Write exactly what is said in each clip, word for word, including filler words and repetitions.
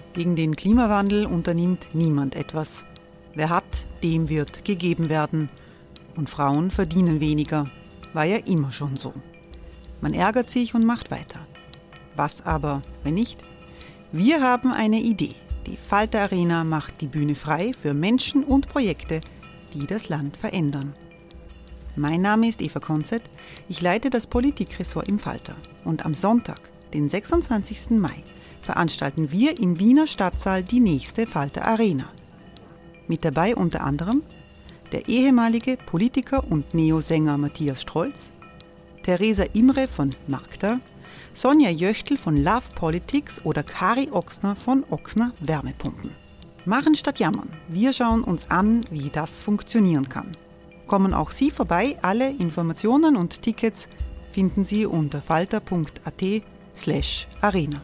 Gegen den Klimawandel unternimmt niemand etwas. Wer hat, dem wird gegeben werden. Und Frauen verdienen weniger. War ja immer schon so. Man ärgert sich und macht weiter. Was aber, wenn nicht? Wir haben eine Idee. Die Falter Arena macht die Bühne frei für Menschen und Projekte, die das Land verändern. Mein Name ist Eva Konzett. Ich leite das Politikressort im Falter. Und am Sonntag, den sechsundzwanzigsten Mai, veranstalten wir im Wiener Stadtsaal die nächste Falter Arena. Mit dabei unter anderem der ehemalige Politiker und Neosänger Matthias Strolz, Theresa Imre von Magda, Sonja Jöchtl von Love Politics oder Kari Ochsner von Ochsner Wärmepumpen. Machen statt jammern. Wir schauen uns an, wie das funktionieren kann. Kommen auch Sie vorbei. Alle Informationen und Tickets finden Sie unter falter.at slash arena.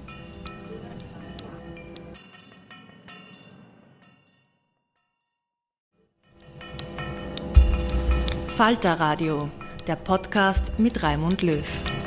Falter Radio, der Podcast mit Raimund Löw.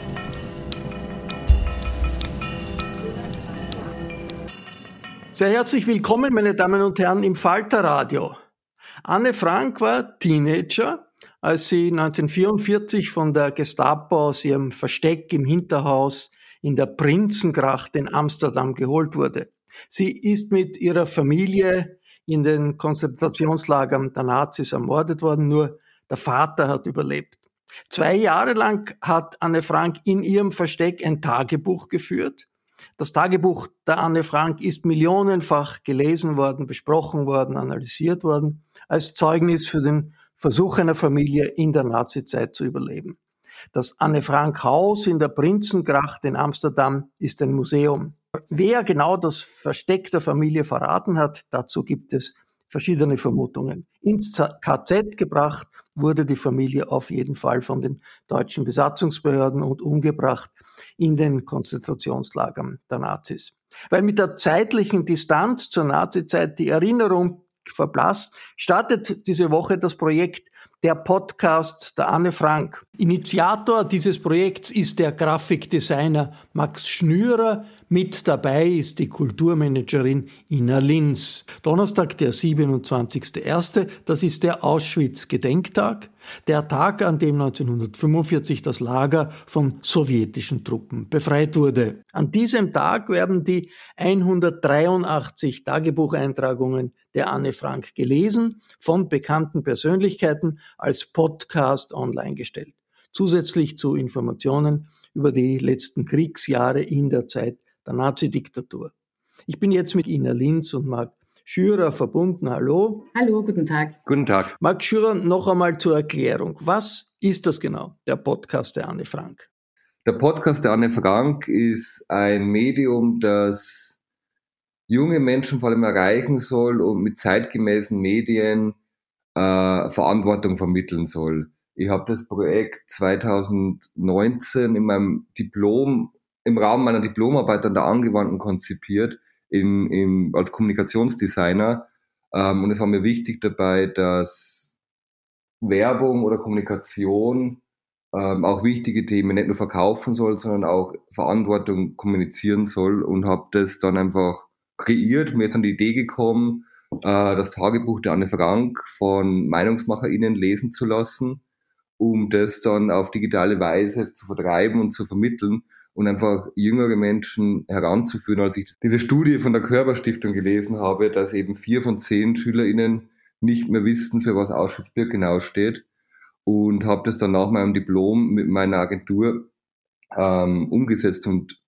Sehr herzlich willkommen, meine Damen und Herren, im Falter Radio. Anne Frank war Teenager, als sie neunzehnhundertvierundvierzig von der Gestapo aus ihrem Versteck im Hinterhaus in der Prinzengracht in Amsterdam geholt wurde. Sie ist mit ihrer Familie in den Konzentrationslagern der Nazis ermordet worden, nur der Vater hat überlebt. Zwei Jahre lang hat Anne Frank in ihrem Versteck ein Tagebuch geführt. Das Tagebuch der Anne Frank ist millionenfach gelesen worden, besprochen worden, analysiert worden, als Zeugnis für den Versuch einer Familie in der Nazizeit zu überleben. Das Anne Frank Haus in der Prinzengracht in Amsterdam ist ein Museum. Wer genau das Versteck der Familie verraten hat, dazu gibt es verschiedene Vermutungen. Ins K Z gebracht wurde die Familie auf jeden Fall von den deutschen Besatzungsbehörden und umgebracht in den Konzentrationslagern der Nazis. Weil mit der zeitlichen Distanz zur Nazizeit die Erinnerung verblasst, startet diese Woche das Projekt Der Podcast der Anne Frank. Initiator dieses Projekts ist der Grafikdesigner Max Schnürer. Mit dabei ist die Kulturmanagerin Ina Linz. Donnerstag, der siebenundzwanzigster erste Das ist der Auschwitz-Gedenktag, der Tag, an dem neunzehnhundertfünfundvierzig das Lager von sowjetischen Truppen befreit wurde. An diesem Tag werden die hundertdreiundachtzig Tagebucheintragungen der Anne Frank gelesen, von bekannten Persönlichkeiten als Podcast online gestellt. Zusätzlich zu Informationen über die letzten Kriegsjahre in der Zeit der Nazi-Diktatur. Ich bin jetzt mit Ina Linz und Marc Schürer verbunden. Hallo. Hallo, guten Tag. Guten Tag. Marc Schürer, noch einmal zur Erklärung. Was ist das genau, der Podcast der Anne Frank? Der Podcast der Anne Frank ist ein Medium, das junge Menschen vor allem erreichen soll und mit zeitgemäßen Medien äh, Verantwortung vermitteln soll. Ich habe das Projekt zweitausendneunzehn in meinem Diplom, im Rahmen meiner Diplomarbeit an der Angewandten konzipiert, in, in, als Kommunikationsdesigner. Ähm, und es war mir wichtig dabei, dass Werbung oder Kommunikation ähm, auch wichtige Themen nicht nur verkaufen soll, sondern auch Verantwortung kommunizieren soll, und habe das dann einfach kreiert. Mir ist dann die Idee gekommen, äh, das Tagebuch der Anne Frank von MeinungsmacherInnen lesen zu lassen, um das dann auf digitale Weise zu vertreiben und zu vermitteln und einfach jüngere Menschen heranzuführen. Als ich diese Studie von der Körber-Stiftung gelesen habe, dass eben vier von zehn SchülerInnen nicht mehr wissen, für was Auschwitz-Birkenau steht, und habe das dann nach meinem Diplom mit meiner Agentur ähm, umgesetzt und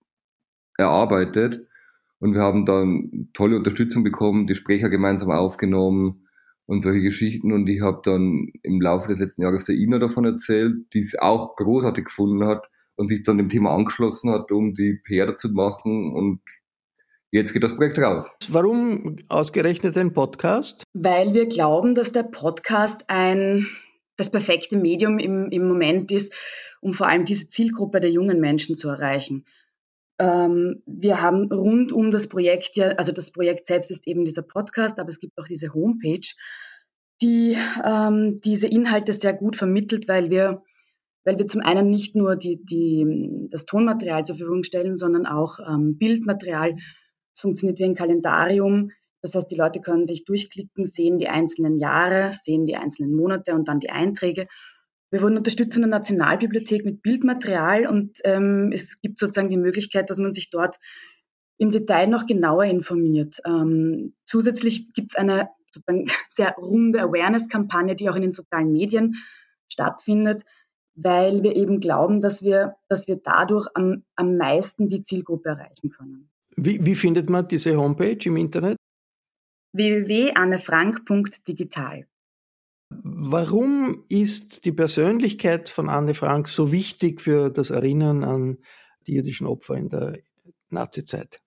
erarbeitet. Und wir haben dann tolle Unterstützung bekommen, die Sprecher gemeinsam aufgenommen und solche Geschichten. Und ich habe dann im Laufe des letzten Jahres der Ina davon erzählt, die es auch großartig gefunden hat und sich dann dem Thema angeschlossen hat, um die P R dazu machen. Und jetzt geht das Projekt raus. Warum ausgerechnet ein Podcast? Weil wir glauben, dass der Podcast ein, das perfekte Medium im, im Moment ist, um vor allem diese Zielgruppe der jungen Menschen zu erreichen. Ähm, wir haben rund um das Projekt, ja, also das Projekt selbst ist eben dieser Podcast, aber es gibt auch diese Homepage, die ähm, diese Inhalte sehr gut vermittelt, weil wir, weil wir zum einen nicht nur die, die, das Tonmaterial zur Verfügung stellen, sondern auch ähm, Bildmaterial Es funktioniert wie ein Kalendarium. Das heißt, die Leute können sich durchklicken, sehen die einzelnen Jahre, sehen die einzelnen Monate und dann die Einträge. Wir wurden unterstützt von der Nationalbibliothek mit Bildmaterial und ähm, es gibt sozusagen die Möglichkeit, dass man sich dort im Detail noch genauer informiert. Ähm, zusätzlich gibt es eine sozusagen sehr runde Awareness-Kampagne, die auch in den sozialen Medien stattfindet, weil wir eben glauben, dass wir, dass wir dadurch am, am meisten die Zielgruppe erreichen können. Wie, wie findet man diese Homepage im Internet? w w w punkt annefrank punkt digital. Warum ist die Persönlichkeit von Anne Frank so wichtig für das Erinnern an die jüdischen Opfer in der Nazizeit?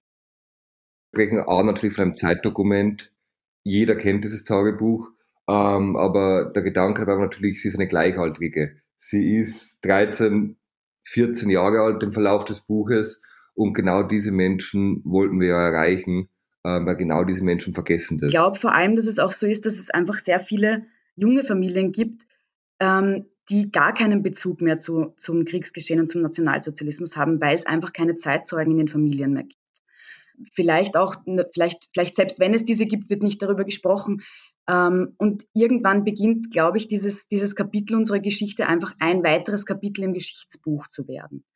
Wir sprechen auch natürlich von einem Zeitdokument. Jeder kennt dieses Tagebuch, ähm, aber der Gedanke war natürlich, sie ist eine Gleichaltrige. Sie ist dreizehn, vierzehn Jahre alt im Verlauf des Buches und genau diese Menschen wollten wir ja erreichen, äh, weil genau diese Menschen vergessen das. Ich glaube vor allem, dass es auch so ist, dass es einfach sehr viele junge Familien gibt, ähm, die gar keinen Bezug mehr zu, zum Kriegsgeschehen und zum Nationalsozialismus haben, weil es einfach keine Zeitzeugen in den Familien mehr gibt. Vielleicht auch, vielleicht, vielleicht selbst wenn es diese gibt, wird nicht darüber gesprochen. Ähm, und irgendwann beginnt, glaube ich, dieses, dieses Kapitel unserer Geschichte einfach ein weiteres Kapitel im Geschichtsbuch zu werden.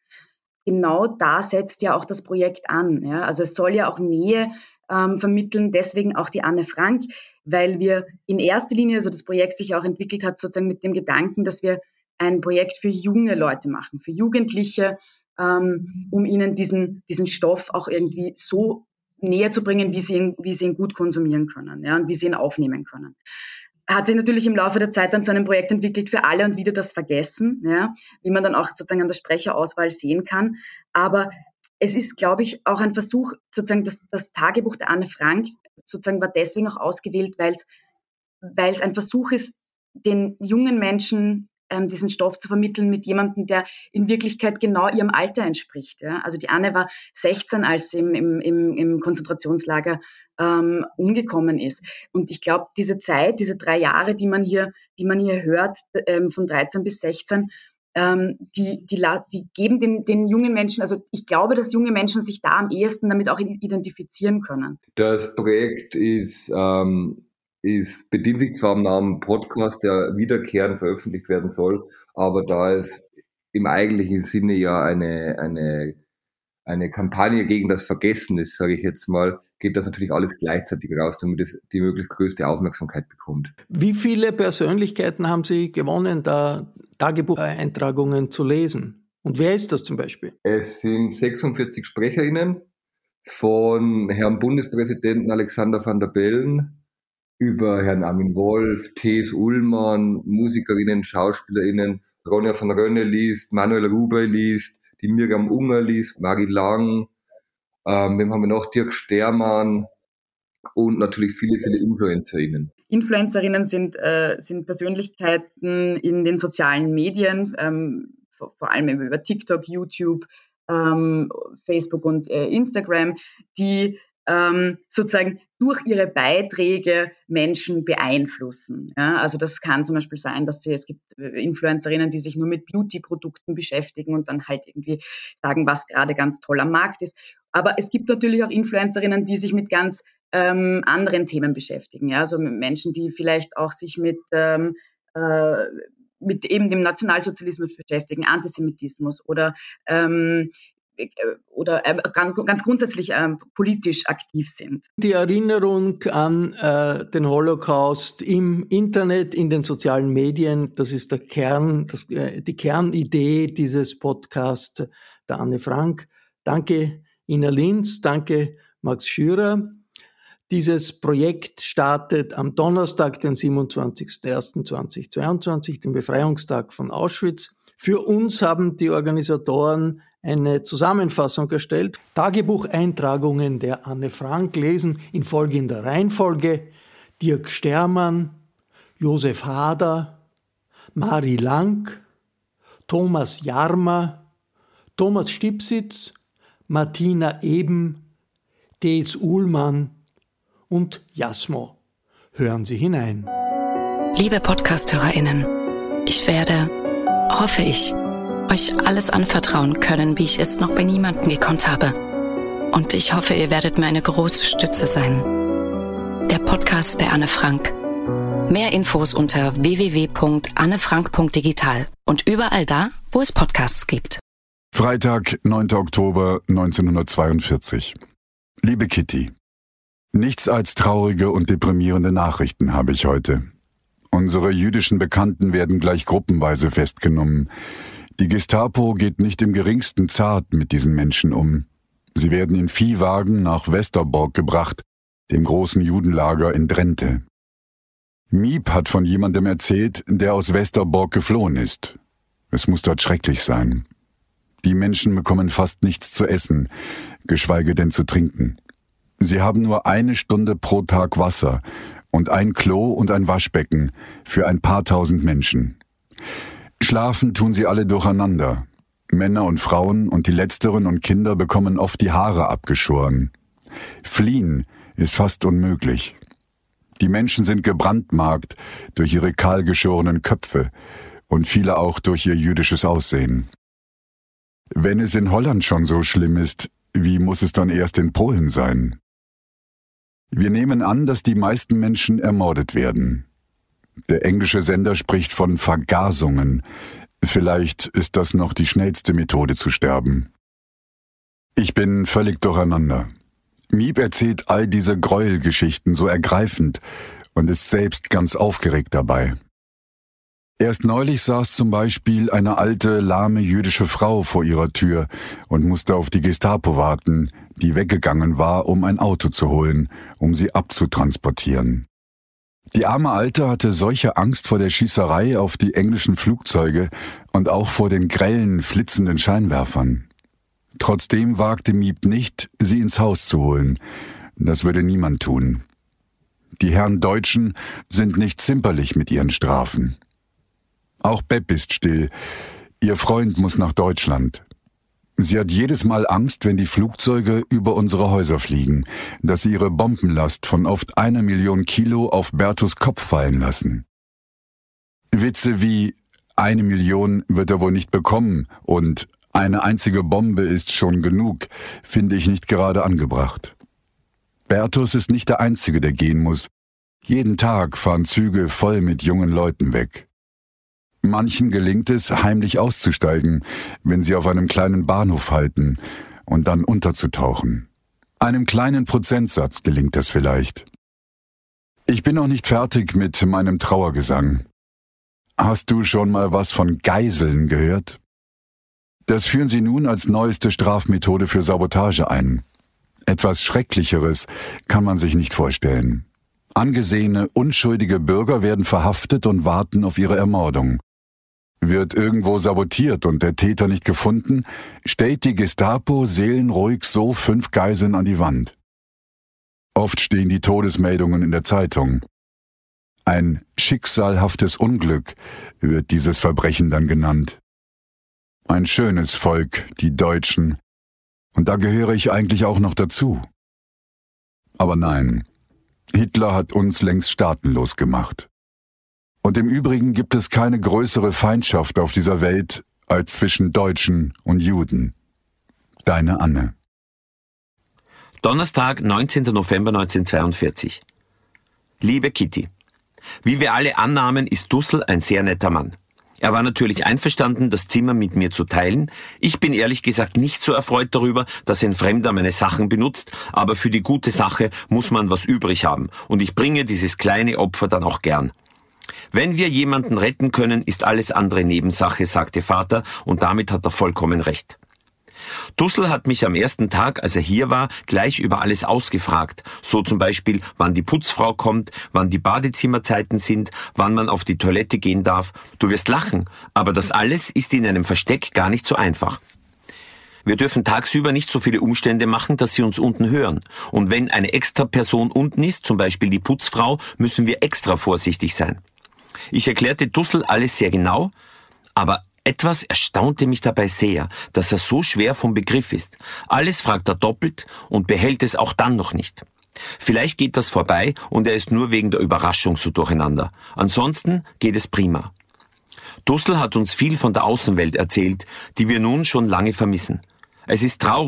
Genau da setzt ja auch das Projekt an. Ja? Also es soll ja auch Nähe ähm, vermitteln, deswegen auch die Anne Frank, weil wir in erster Linie, also das Projekt sich auch entwickelt hat, sozusagen mit dem Gedanken, dass wir ein Projekt für junge Leute machen, für Jugendliche, ähm, um ihnen diesen, diesen Stoff auch irgendwie so näher zu bringen, wie sie ihn, wie sie ihn gut konsumieren können, ja, und wie sie ihn aufnehmen können. Hat sich natürlich im Laufe der Zeit dann zu einem Projekt entwickelt für alle und wieder das Vergessen, ja, wie man dann auch sozusagen an der Sprecherauswahl sehen kann. Aber es ist, glaube ich, auch ein Versuch, sozusagen das, das Tagebuch der Anne Frank sozusagen war deswegen auch ausgewählt, weil es, weil es ein Versuch ist, den jungen Menschen ähm, diesen Stoff zu vermitteln mit jemandem, der in Wirklichkeit genau ihrem Alter entspricht. Ja? Also die Anne war sechzehn, als sie im, im, im, im Konzentrationslager ähm, umgekommen ist. Und ich glaube, diese Zeit, diese drei Jahre, die man hier, die man hier hört, ähm, von dreizehn bis sechzehn, ähm, die, die, die geben den, den jungen Menschen, also ich glaube, dass junge Menschen sich da am ehesten damit auch identifizieren können. Das Projekt ist, ähm, ist bedient sich zwar am Namen Podcast, der wiederkehrend veröffentlicht werden soll, aber da es im eigentlichen Sinne ja eine, eine, eine Kampagne gegen das Vergessen ist, sage ich jetzt mal, geht das natürlich alles gleichzeitig raus, damit es die möglichst größte Aufmerksamkeit bekommt. Wie viele Persönlichkeiten haben Sie gewonnen, da Tagebucheintragungen zu lesen? Und wer ist das zum Beispiel? Es sind sechsundvierzig SprecherInnen, von Herrn Bundespräsidenten Alexander Van der Bellen über Herrn Armin Wolf, Thes Ullmann, Musikerinnen, SchauspielerInnen, Ronja von Rönne liest, Manuel Rubey liest, die Miriam Unger liest, Marie Lang, ähm, wem haben wir noch? Dirk Stermann und natürlich viele, viele InfluencerInnen. InfluencerInnen sind, äh, sind Persönlichkeiten in den sozialen Medien, ähm, vor, vor allem über TikTok, YouTube, ähm, Facebook und äh, Instagram, die ähm, sozusagen durch ihre Beiträge Menschen beeinflussen. Ja, also das kann zum Beispiel sein, dass sie, es gibt Influencerinnen, die sich nur mit Beauty-Produkten beschäftigen und dann halt irgendwie sagen, was gerade ganz toll am Markt ist. Aber es gibt natürlich auch Influencerinnen, die sich mit ganz ähm, anderen Themen beschäftigen. Ja, also mit Menschen, die vielleicht auch sich mit ähm, äh, mit eben dem Nationalsozialismus beschäftigen, Antisemitismus oder ähm, oder äh, ganz, ganz grundsätzlich äh, politisch aktiv sind. Die Erinnerung an äh, den Holocaust im Internet, in den sozialen Medien, das ist der Kern, das, äh, die Kernidee dieses Podcasts der Anne Frank. Danke Ina Linz, danke Max Schürer. Dieses Projekt startet am Donnerstag, den siebenundzwanzigsten ersten zweitausendzweiundzwanzig, den Befreiungstag von Auschwitz. Für uns haben die Organisatoren eine Zusammenfassung erstellt. Tagebucheintragungen der Anne Frank lesen in folgender Reihenfolge: Dirk Stermann, Josef Hader, Marie Lang, Thomas Jarmer, Thomas Stipsitz, Martina Eben, Thes Ullmann und Jasmo. Hören Sie hinein. Liebe Podcast-HörerInnen, ich werde, hoffe ich, euch alles anvertrauen können, wie ich es noch bei niemandem gekonnt habe. und ich hoffe, ihr werdet mir eine große Stütze sein. Der Podcast der Anne Frank. Mehr Infos unter w w w punkt annefrank punkt digital und überall da, wo es Podcasts gibt. Freitag, neunter Oktober neunzehnhundertzweiundvierzig. Liebe Kitty, nichts als traurige und deprimierende Nachrichten habe ich heute. Unsere jüdischen Bekannten werden gleich gruppenweise festgenommen. Die Gestapo geht nicht im geringsten zart mit diesen Menschen um. Sie werden in Viehwagen nach Westerbork gebracht, dem großen Judenlager in Drenthe. Miep hat von jemandem erzählt, der aus Westerbork geflohen ist. Es muss dort schrecklich sein. Die Menschen bekommen fast nichts zu essen, geschweige denn zu trinken. Sie haben nur eine Stunde pro Tag Wasser und ein Klo und ein Waschbecken für ein paar tausend Menschen. Schlafen tun sie alle durcheinander. Männer und Frauen und die Letzteren und Kinder bekommen oft die Haare abgeschoren. Fliehen ist fast unmöglich. Die Menschen sind gebrandmarkt durch ihre kahlgeschorenen Köpfe und viele auch durch ihr jüdisches Aussehen. Wenn es in Holland schon so schlimm ist, wie muss es dann erst in Polen sein? Wir nehmen an, dass die meisten Menschen ermordet werden. Der englische Sender spricht von Vergasungen. Vielleicht ist das noch die schnellste Methode zu sterben. Ich bin völlig durcheinander. Miep erzählt all diese Gräuelgeschichten so ergreifend und ist selbst ganz aufgeregt dabei. Erst neulich saß zum Beispiel eine alte, lahme jüdische Frau vor ihrer Tür und musste auf die Gestapo warten, die weggegangen war, um ein Auto zu holen, um sie abzutransportieren. Die arme Alte hatte solche Angst vor der Schießerei auf die englischen Flugzeuge und auch vor den grellen, flitzenden Scheinwerfern. Trotzdem wagte Miep nicht, sie ins Haus zu holen. Das würde niemand tun. Die Herren Deutschen sind nicht zimperlich mit ihren Strafen. Auch Beb ist still. Ihr Freund muss nach Deutschland. Sie hat jedes Mal Angst, wenn die Flugzeuge über unsere Häuser fliegen, dass sie ihre Bombenlast von oft einer Million Kilo auf Bertus Kopf fallen lassen. Witze wie eine Million wird er wohl nicht bekommen und eine einzige Bombe ist schon genug, finde ich nicht gerade angebracht. Bertus ist nicht der Einzige, der gehen muss. Jeden Tag fahren Züge voll mit jungen Leuten weg. Manchen gelingt es, heimlich auszusteigen, wenn sie auf einem kleinen Bahnhof halten und dann unterzutauchen. Einem kleinen Prozentsatz gelingt das vielleicht. Ich bin noch nicht fertig mit meinem Trauergesang. Hast du schon mal was von Geiseln gehört? Das führen sie nun als neueste Strafmethode für Sabotage ein. Etwas Schrecklicheres kann man sich nicht vorstellen. Angesehene, unschuldige Bürger werden verhaftet und warten auf ihre Ermordung. Wird irgendwo sabotiert und der Täter nicht gefunden, stellt die Gestapo seelenruhig so fünf Geiseln an die Wand. Oft stehen die Todesmeldungen in der Zeitung. Ein schicksalhaftes Unglück wird dieses Verbrechen dann genannt. Ein schönes Volk, die Deutschen. Und da gehöre ich eigentlich auch noch dazu. Aber nein, Hitler hat uns längst staatenlos gemacht. Und im Übrigen gibt es keine größere Feindschaft auf dieser Welt als zwischen Deutschen und Juden. Deine Anne. Donnerstag, neunzehnter November neunzehnhundertzweiundvierzig. Liebe Kitty, wie wir alle annahmen, ist Dussel ein sehr netter Mann. Er war natürlich einverstanden, das Zimmer mit mir zu teilen. Ich bin ehrlich gesagt nicht so erfreut darüber, dass ein Fremder meine Sachen benutzt, aber für die gute Sache muss man was übrig haben und ich bringe dieses kleine Opfer dann auch gern. Wenn wir jemanden retten können, ist alles andere Nebensache, sagte Vater, und damit hat er vollkommen recht. Dussel hat mich am ersten Tag, als er hier war, gleich über alles ausgefragt. So zum Beispiel, wann die Putzfrau kommt, wann die Badezimmerzeiten sind, wann man auf die Toilette gehen darf. Du wirst lachen, aber das alles ist in einem Versteck gar nicht so einfach. Wir dürfen tagsüber nicht so viele Umstände machen, dass sie uns unten hören. Und wenn eine extra Person unten ist, zum Beispiel die Putzfrau, müssen wir extra vorsichtig sein. Ich erklärte Dussel alles sehr genau, aber etwas erstaunte mich dabei sehr, dass er so schwer vom Begriff ist. Alles fragt er doppelt und behält es auch dann noch nicht. Vielleicht geht das vorbei und er ist nur wegen der Überraschung so durcheinander. Ansonsten geht es prima. Dussel hat uns viel von der Außenwelt erzählt, die wir nun schon lange vermissen. Es ist traurig,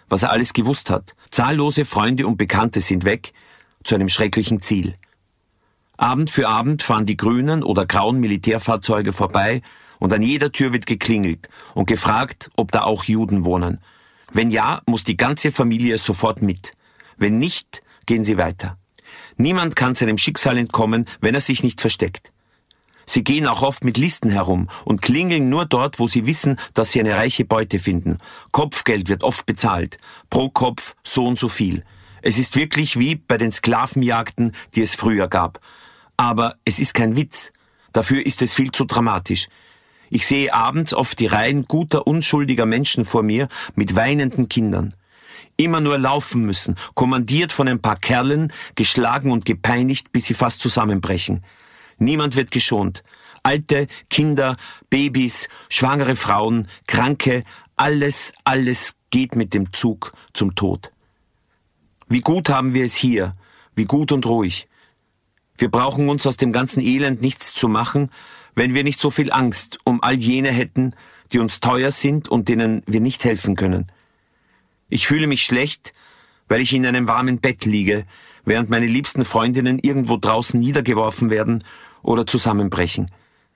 was er alles gewusst hat. Zahllose Freunde und Bekannte sind weg, zu einem schrecklichen Ziel. Abend für Abend fahren die grünen oder grauen Militärfahrzeuge vorbei und an jeder Tür wird geklingelt und gefragt, ob da auch Juden wohnen. Wenn ja, muss die ganze Familie sofort mit. Wenn nicht, gehen sie weiter. Niemand kann seinem Schicksal entkommen, wenn er sich nicht versteckt. Sie gehen auch oft mit Listen herum und klingeln nur dort, wo sie wissen, dass sie eine reiche Beute finden. Kopfgeld wird oft bezahlt, pro Kopf so und so viel. Es ist wirklich wie bei den Sklavenjagden, die es früher gab. Aber es ist kein Witz. Dafür ist es viel zu dramatisch. Ich sehe abends oft die Reihen guter, unschuldiger Menschen vor mir mit weinenden Kindern. Immer nur laufen müssen, kommandiert von ein paar Kerlen, geschlagen und gepeinigt, bis sie fast zusammenbrechen. Niemand wird geschont. Alte, Kinder, Babys, schwangere Frauen, Kranke, alles, alles geht mit dem Zug zum Tod. Wie gut haben wir es hier, wie gut und ruhig. Wir brauchen uns aus dem ganzen Elend nichts zu machen, wenn wir nicht so viel Angst um all jene hätten, die uns teuer sind und denen wir nicht helfen können. Ich fühle mich schlecht, weil ich in einem warmen Bett liege, während meine liebsten Freundinnen irgendwo draußen niedergeworfen werden oder zusammenbrechen.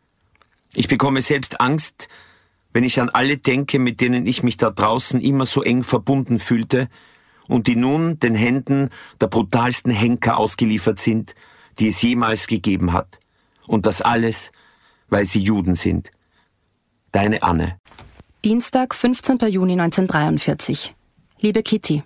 Ich bekomme selbst Angst, wenn ich an alle denke, mit denen ich mich da draußen immer so eng verbunden fühlte und die nun den Händen der brutalsten Henker ausgeliefert sind, die es jemals gegeben hat. Und das alles, weil sie Juden sind. Deine Anne. Dienstag, fünfzehnten Juni neunzehnhundertdreiundvierzig. Liebe Kitty,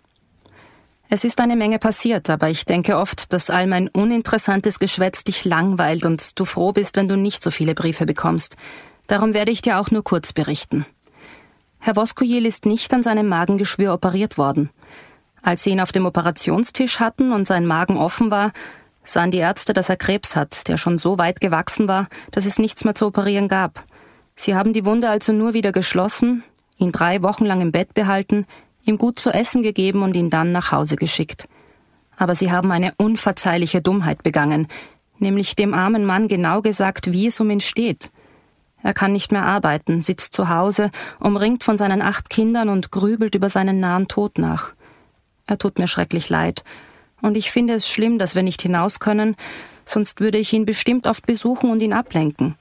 es ist eine Menge passiert, aber ich denke oft, dass all mein uninteressantes Geschwätz dich langweilt und du froh bist, wenn du nicht so viele Briefe bekommst. Darum werde ich dir auch nur kurz berichten. Herr Voskuil ist nicht an seinem Magengeschwür operiert worden. Als sie ihn auf dem Operationstisch hatten und sein Magen offen war, sahen die Ärzte, dass er Krebs hat, der schon so weit gewachsen war, dass es nichts mehr zu operieren gab. Sie haben die Wunde also nur wieder geschlossen, ihn drei Wochen lang im Bett behalten, ihm gut zu essen gegeben und ihn dann nach Hause geschickt. Aber sie haben eine unverzeihliche Dummheit begangen, nämlich dem armen Mann genau gesagt, wie es um ihn steht. Er kann nicht mehr arbeiten, sitzt zu Hause, umringt von seinen acht Kindern und grübelt über seinen nahen Tod nach. Er tut mir schrecklich leid. Und ich finde es schlimm, dass wir nicht hinaus können, sonst würde ich ihn bestimmt oft besuchen und ihn ablenken.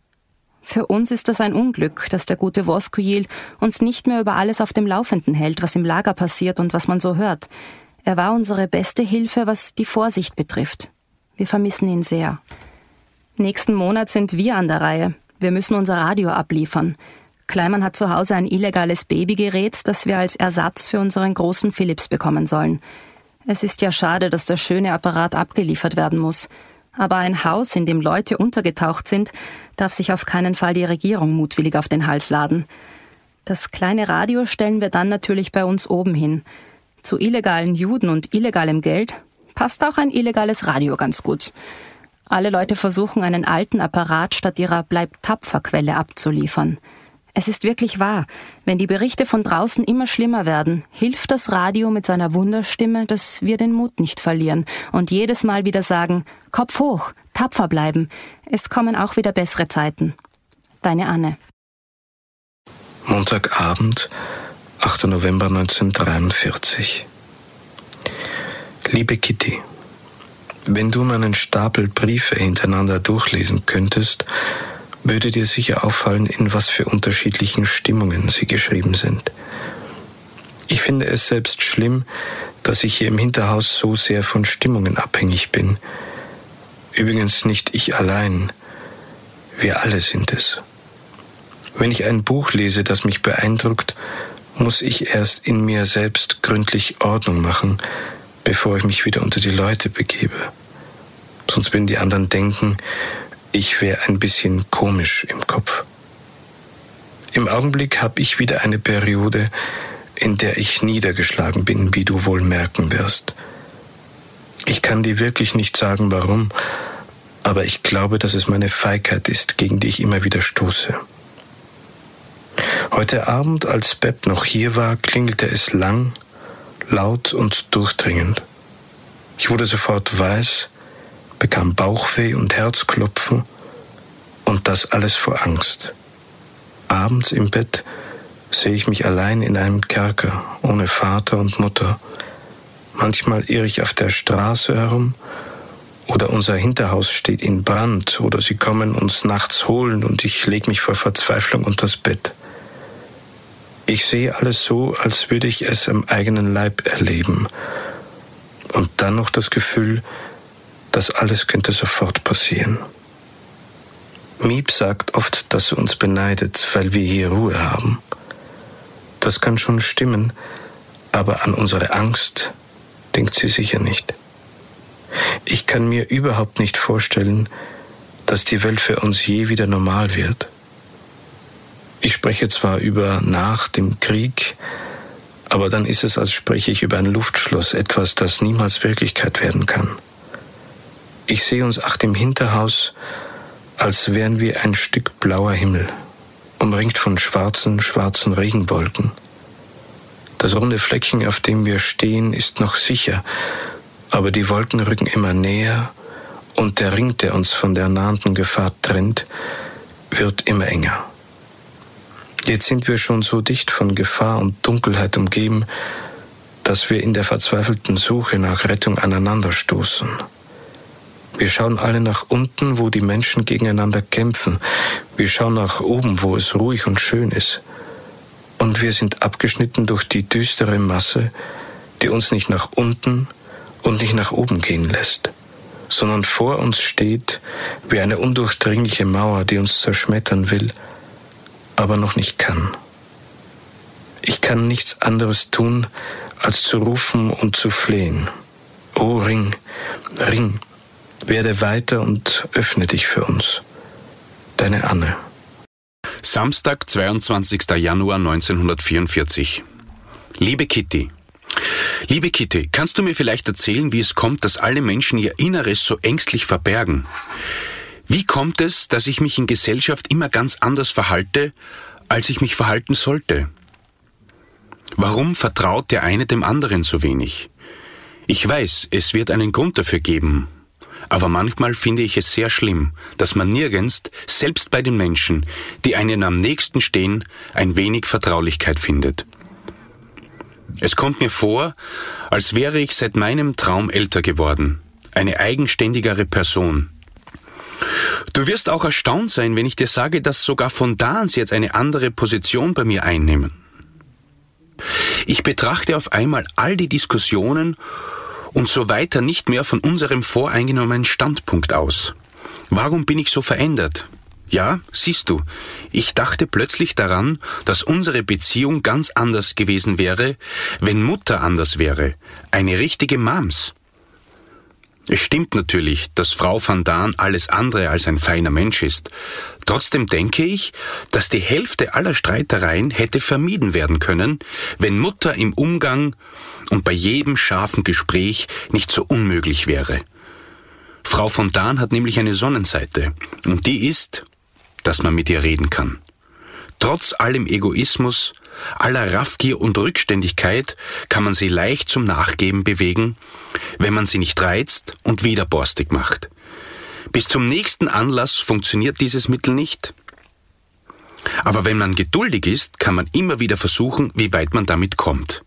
Für uns ist das ein Unglück, dass der gute Voskuil uns nicht mehr über alles auf dem Laufenden hält, was im Lager passiert und was man so hört. Er war unsere beste Hilfe, was die Vorsicht betrifft. Wir vermissen ihn sehr. Nächsten Monat sind wir an der Reihe. Wir müssen unser Radio abliefern. Kleimann hat zu Hause ein illegales Babygerät, das wir als Ersatz für unseren großen Philips bekommen sollen. Es ist ja schade, dass der schöne Apparat abgeliefert werden muss. Aber ein Haus, in dem Leute untergetaucht sind, darf sich auf keinen Fall die Regierung mutwillig auf den Hals laden. Das kleine Radio stellen wir dann natürlich bei uns oben hin. Zu illegalen Juden und illegalem Geld passt auch ein illegales Radio ganz gut. Alle Leute versuchen, einen alten Apparat statt ihrer Bleib-tapfer-Quelle abzuliefern. Es ist wirklich wahr, wenn die Berichte von draußen immer schlimmer werden, hilft das Radio mit seiner Wunderstimme, dass wir den Mut nicht verlieren und jedes Mal wieder sagen, Kopf hoch, tapfer bleiben, es kommen auch wieder bessere Zeiten. Deine Anne. Montagabend, achter November neunzehnhundertdreiundvierzig. Liebe Kitty, wenn du meinen Stapel Briefe hintereinander durchlesen könntest, würde dir sicher auffallen, in was für unterschiedlichen Stimmungen sie geschrieben sind. Ich finde es selbst schlimm, dass ich hier im Hinterhaus so sehr von Stimmungen abhängig bin. Übrigens nicht ich allein, wir alle sind es. Wenn ich ein Buch lese, das mich beeindruckt, muss ich erst in mir selbst gründlich Ordnung machen, bevor ich mich wieder unter die Leute begebe. Sonst würden die anderen denken, ich wäre ein bisschen komisch im Kopf. Im Augenblick habe ich wieder eine Periode, in der ich niedergeschlagen bin, wie du wohl merken wirst. Ich kann dir wirklich nicht sagen, warum, aber ich glaube, dass es meine Feigheit ist, gegen die ich immer wieder stoße. Heute Abend, als Beb noch hier war, klingelte es lang, laut und durchdringend. Ich wurde sofort weiß, bekam Bauchweh und Herzklopfen und das alles vor Angst. Abends im Bett sehe ich mich allein in einem Kerker, ohne Vater und Mutter. Manchmal irre ich auf der Straße herum, oder unser Hinterhaus steht in Brand, oder sie kommen uns nachts holen und ich lege mich vor Verzweiflung unters Bett. Ich sehe alles so, als würde ich es am eigenen Leib erleben. Und dann noch das Gefühl, das alles könnte sofort passieren. Miep sagt oft, dass sie uns beneidet, weil wir hier Ruhe haben. Das kann schon stimmen, aber an unsere Angst denkt sie sicher nicht. Ich kann mir überhaupt nicht vorstellen, dass die Welt für uns je wieder normal wird. Ich spreche zwar über nach dem Krieg, aber dann ist es, als spreche ich über ein Luftschloss, etwas, das niemals Wirklichkeit werden kann. Ich sehe uns acht im Hinterhaus, als wären wir ein Stück blauer Himmel, umringt von schwarzen, schwarzen Regenwolken. Das runde Fleckchen, auf dem wir stehen, ist noch sicher, aber die Wolken rücken immer näher und der Ring, der uns von der nahenden Gefahr trennt, wird immer enger. Jetzt sind wir schon so dicht von Gefahr und Dunkelheit umgeben, dass wir in der verzweifelten Suche nach Rettung aneinanderstoßen. Wir schauen alle nach unten, wo die Menschen gegeneinander kämpfen. Wir schauen nach oben, wo es ruhig und schön ist. Und wir sind abgeschnitten durch die düstere Masse, die uns nicht nach unten und nicht nach oben gehen lässt, sondern vor uns steht wie eine undurchdringliche Mauer, die uns zerschmettern will, aber noch nicht kann. Ich kann nichts anderes tun, als zu rufen und zu flehen. O Ring, Ring, werde weiter und öffne dich für uns. Deine Anne. Samstag, zweiundzwanzigster Januar neunzehnhundertvierundvierzig. Liebe Kitty, Liebe Kitty, kannst du mir vielleicht erzählen, wie es kommt, dass alle Menschen ihr Inneres so ängstlich verbergen? Wie kommt es, dass ich mich in Gesellschaft immer ganz anders verhalte, als ich mich verhalten sollte? Warum vertraut der eine dem anderen so wenig? Ich weiß, es wird einen Grund dafür geben, aber manchmal finde ich es sehr schlimm, dass man nirgends, selbst bei den Menschen, die einem am nächsten stehen, ein wenig Vertraulichkeit findet. Es kommt mir vor, als wäre ich seit meinem Traum älter geworden, eine eigenständigere Person. Du wirst auch erstaunt sein, wenn ich dir sage, dass sogar Fontans jetzt eine andere Position bei mir einnehmen. Ich betrachte auf einmal all die Diskussionen und so weiter nicht mehr von unserem voreingenommenen Standpunkt aus. Warum bin ich so verändert? Ja, siehst du, ich dachte plötzlich daran, dass unsere Beziehung ganz anders gewesen wäre, wenn Mutter anders wäre, eine richtige Mams. Es stimmt natürlich, dass Frau van Daan alles andere als ein feiner Mensch ist. Trotzdem denke ich, dass die Hälfte aller Streitereien hätte vermieden werden können, wenn Mutter im Umgang und bei jedem scharfen Gespräch nicht so unmöglich wäre. Frau van Daan hat nämlich eine Sonnenseite, und die ist, dass man mit ihr reden kann. Trotz allem Egoismus, aller Raffgier und Rückständigkeit kann man sie leicht zum Nachgeben bewegen, wenn man sie nicht reizt und wieder borstig macht. Bis zum nächsten Anlass funktioniert dieses Mittel nicht. Aber wenn man geduldig ist, kann man immer wieder versuchen, wie weit man damit kommt.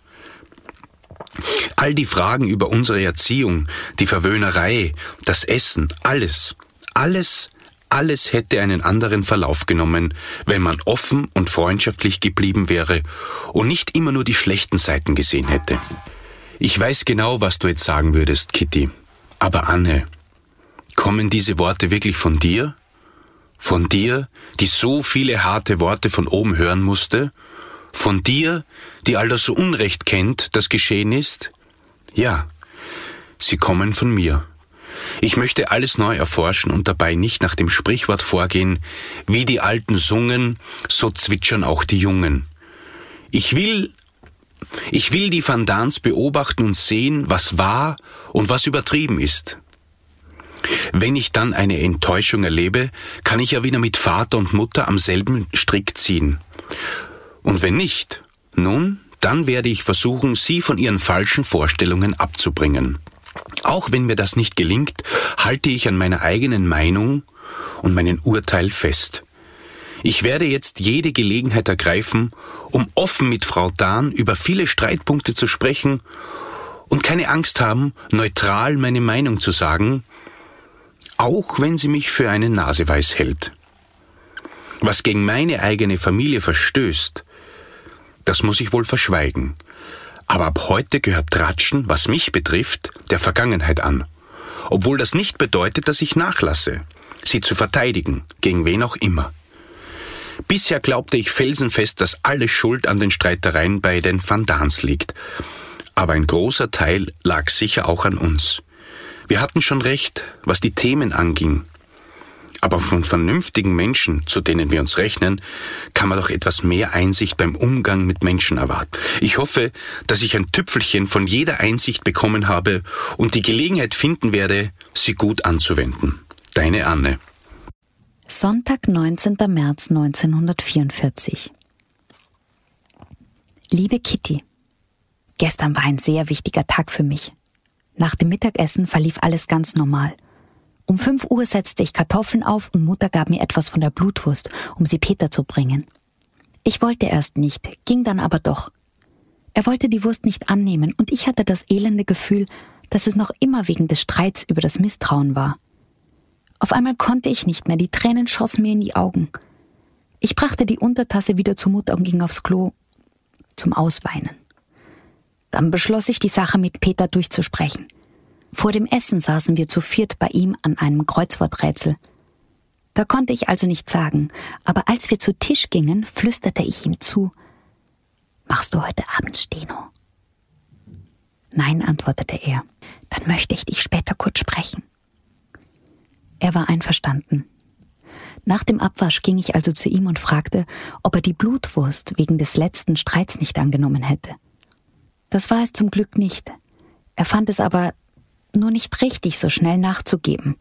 All die Fragen über unsere Erziehung, die Verwöhnerei, das Essen, alles, alles, alles hätte einen anderen Verlauf genommen, wenn man offen und freundschaftlich geblieben wäre und nicht immer nur die schlechten Seiten gesehen hätte. Ich weiß genau, was du jetzt sagen würdest, Kitty. Aber Anne, kommen diese Worte wirklich von dir? Von dir, die so viele harte Worte von oben hören musste? Von dir, die all das so Unrecht kennt, das geschehen ist? Ja, sie kommen von mir. Ich möchte alles neu erforschen und dabei nicht nach dem Sprichwort vorgehen, wie die Alten sungen, so zwitschern auch die Jungen. Ich will, ich will die Van Daans beobachten und sehen, was wahr und was übertrieben ist. Wenn ich dann eine Enttäuschung erlebe, kann ich ja wieder mit Vater und Mutter am selben Strick ziehen. Und wenn nicht, nun, dann werde ich versuchen, sie von ihren falschen Vorstellungen abzubringen. Auch wenn mir das nicht gelingt, halte ich an meiner eigenen Meinung und meinem Urteil fest. Ich werde jetzt jede Gelegenheit ergreifen, um offen mit Frau Dahn über viele Streitpunkte zu sprechen und keine Angst haben, neutral meine Meinung zu sagen, auch wenn sie mich für einen Naseweiß hält. Was gegen meine eigene Familie verstößt, das muss ich wohl verschweigen. Aber ab heute gehört Tratschen, was mich betrifft, der Vergangenheit an. Obwohl das nicht bedeutet, dass ich nachlasse, sie zu verteidigen, gegen wen auch immer. Bisher glaubte ich felsenfest, dass alle Schuld an den Streitereien bei den Van Daans liegt. Aber ein großer Teil lag sicher auch an uns. Wir hatten schon recht, was die Themen anging. Aber von vernünftigen Menschen, zu denen wir uns rechnen, kann man doch etwas mehr Einsicht beim Umgang mit Menschen erwarten. Ich hoffe, dass ich ein Tüpfelchen von jeder Einsicht bekommen habe und die Gelegenheit finden werde, sie gut anzuwenden. Deine Anne. Sonntag, neunzehnter März neunzehnhundertvierundvierzig. Liebe Kitty, gestern war ein sehr wichtiger Tag für mich. Nach dem Mittagessen verlief alles ganz normal. Um fünf Uhr setzte ich Kartoffeln auf und Mutter gab mir etwas von der Blutwurst, um sie Peter zu bringen. Ich wollte erst nicht, ging dann aber doch. Er wollte die Wurst nicht annehmen und ich hatte das elende Gefühl, dass es noch immer wegen des Streits über das Misstrauen war. Auf einmal konnte ich nicht mehr, die Tränen schossen mir in die Augen. Ich brachte die Untertasse wieder zur Mutter und ging aufs Klo zum Ausweinen. Dann beschloss ich, die Sache mit Peter durchzusprechen. Vor dem Essen saßen wir zu viert bei ihm an einem Kreuzworträtsel. Da konnte ich also nichts sagen, aber als wir zu Tisch gingen, flüsterte ich ihm zu: »Machst du heute Abend Steno?« »Nein«, antwortete er. »Dann möchte ich dich später kurz sprechen.« Er war einverstanden. Nach dem Abwasch ging ich also zu ihm und fragte, ob er die Blutwurst wegen des letzten Streits nicht angenommen hätte. Das war es zum Glück nicht. Er fand es aber nur nicht richtig, so schnell nachzugeben.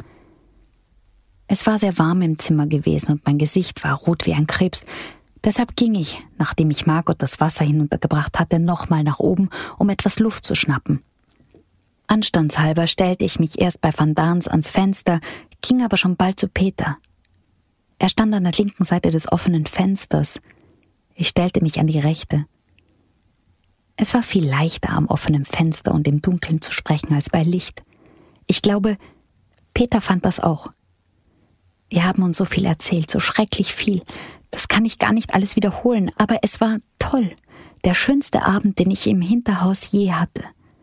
Es war sehr warm im Zimmer gewesen und mein Gesicht war rot wie ein Krebs. Deshalb ging ich, nachdem ich Margot das Wasser hinuntergebracht hatte, nochmal nach oben, um etwas Luft zu schnappen. Anstandshalber stellte ich mich erst bei Van Daans ans Fenster, ging aber schon bald zu Peter. Er stand an der linken Seite des offenen Fensters. Ich stellte mich an die rechte. Es war viel leichter, am offenen Fenster und im Dunkeln zu sprechen als bei Licht. Ich glaube, Peter fand das auch. Wir haben uns so viel erzählt, so schrecklich viel. Das kann ich gar nicht alles wiederholen, aber es war toll. Der schönste Abend, den ich im Hinterhaus je hatte.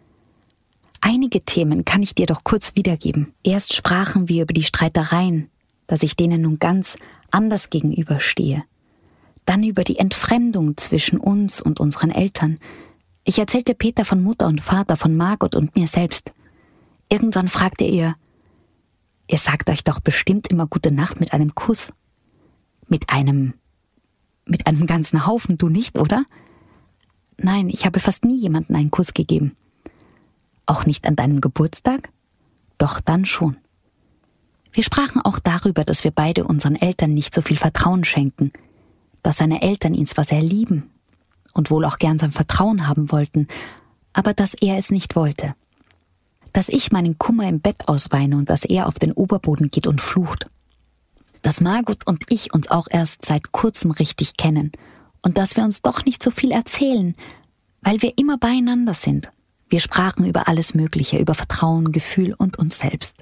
Einige Themen kann ich dir doch kurz wiedergeben. Erst sprachen wir über die Streitereien, dass ich denen nun ganz anders gegenüberstehe. Dann über die Entfremdung zwischen uns und unseren Eltern. Ich erzählte Peter von Mutter und Vater, von Margot und mir selbst. Irgendwann fragte er: »Ihr sagt euch doch bestimmt immer Gute Nacht mit einem Kuss.« »Mit einem, mit einem ganzen Haufen, du nicht, oder?« »Nein, ich habe fast nie jemandem einen Kuss gegeben.« »Auch nicht an deinem Geburtstag?« »Doch, dann schon.« Wir sprachen auch darüber, dass wir beide unseren Eltern nicht so viel Vertrauen schenken, dass seine Eltern ihn zwar sehr lieben und wohl auch gern sein Vertrauen haben wollten, aber dass er es nicht wollte. Dass ich meinen Kummer im Bett ausweine und dass er auf den Oberboden geht und flucht. Dass Margot und ich uns auch erst seit kurzem richtig kennen und dass wir uns doch nicht so viel erzählen, weil wir immer beieinander sind. Wir sprachen über alles Mögliche, über Vertrauen, Gefühl und uns selbst.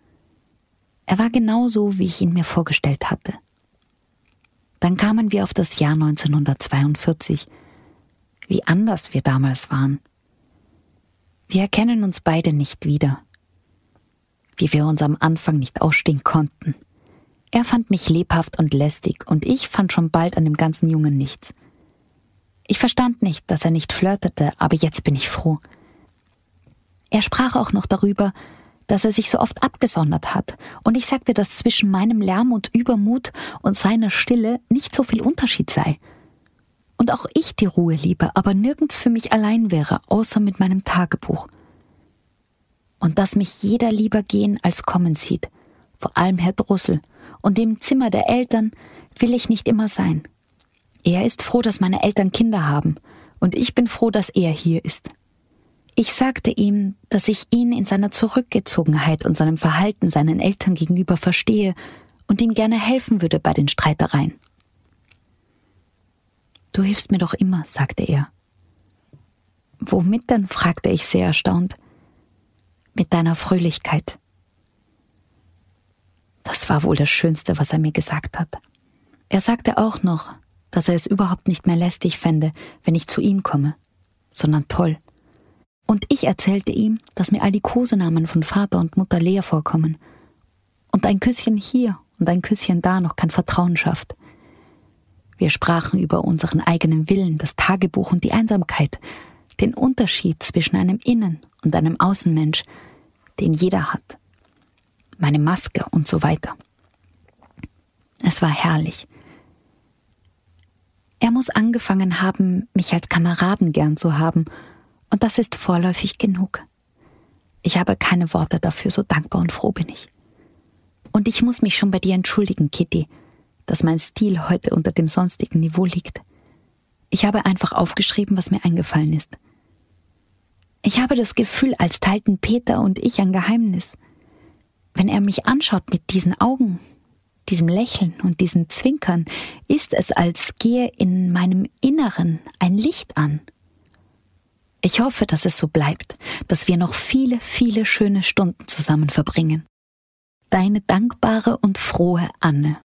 Er war genauso, wie ich ihn mir vorgestellt hatte. Dann kamen wir auf das Jahr neunzehnhundertzweiundvierzig. Wie anders wir damals waren. Wir erkennen uns beide nicht wieder. Wie wir uns am Anfang nicht ausstehen konnten. Er fand mich lebhaft und lästig und ich fand schon bald an dem ganzen Jungen nichts. Ich verstand nicht, dass er nicht flirtete, aber jetzt bin ich froh. Er sprach auch noch darüber, dass er sich so oft abgesondert hat, und ich sagte, dass zwischen meinem Lärm und Übermut und seiner Stille nicht so viel Unterschied sei. Und auch ich die Ruhe liebe, aber nirgends für mich allein wäre, außer mit meinem Tagebuch. Und dass mich jeder lieber gehen als kommen sieht, vor allem Herr Drussel, und im Zimmer der Eltern will ich nicht immer sein. Er ist froh, dass meine Eltern Kinder haben, und ich bin froh, dass er hier ist. Ich sagte ihm, dass ich ihn in seiner Zurückgezogenheit und seinem Verhalten seinen Eltern gegenüber verstehe und ihm gerne helfen würde bei den Streitereien. Du hilfst mir doch immer, sagte er. Womit denn? Fragte ich sehr erstaunt. Mit deiner Fröhlichkeit. Das war wohl das Schönste, was er mir gesagt hat. Er sagte auch noch, dass er es überhaupt nicht mehr lästig fände, wenn ich zu ihm komme, sondern toll. Und ich erzählte ihm, dass mir all die Kosenamen von Vater und Mutter leer vorkommen und ein Küsschen hier und ein Küsschen da noch kein Vertrauen schafft. Wir sprachen über unseren eigenen Willen, das Tagebuch und die Einsamkeit, den Unterschied zwischen einem Innen- und einem Außenmensch, den jeder hat, meine Maske und so weiter. Es war herrlich. Er muss angefangen haben, mich als Kameraden gern zu haben, und das ist vorläufig genug. Ich habe keine Worte dafür, so dankbar und froh bin ich. Und ich muss mich schon bei dir entschuldigen, Kitty, dass mein Stil heute unter dem sonstigen Niveau liegt. Ich habe einfach aufgeschrieben, was mir eingefallen ist. Ich habe das Gefühl, als teilten Peter und ich ein Geheimnis. Wenn er mich anschaut mit diesen Augen, diesem Lächeln und diesem Zwinkern, ist es, als gehe in meinem Inneren ein Licht an. Ich hoffe, dass es so bleibt, dass wir noch viele, viele schöne Stunden zusammen verbringen. Deine dankbare und frohe Anne.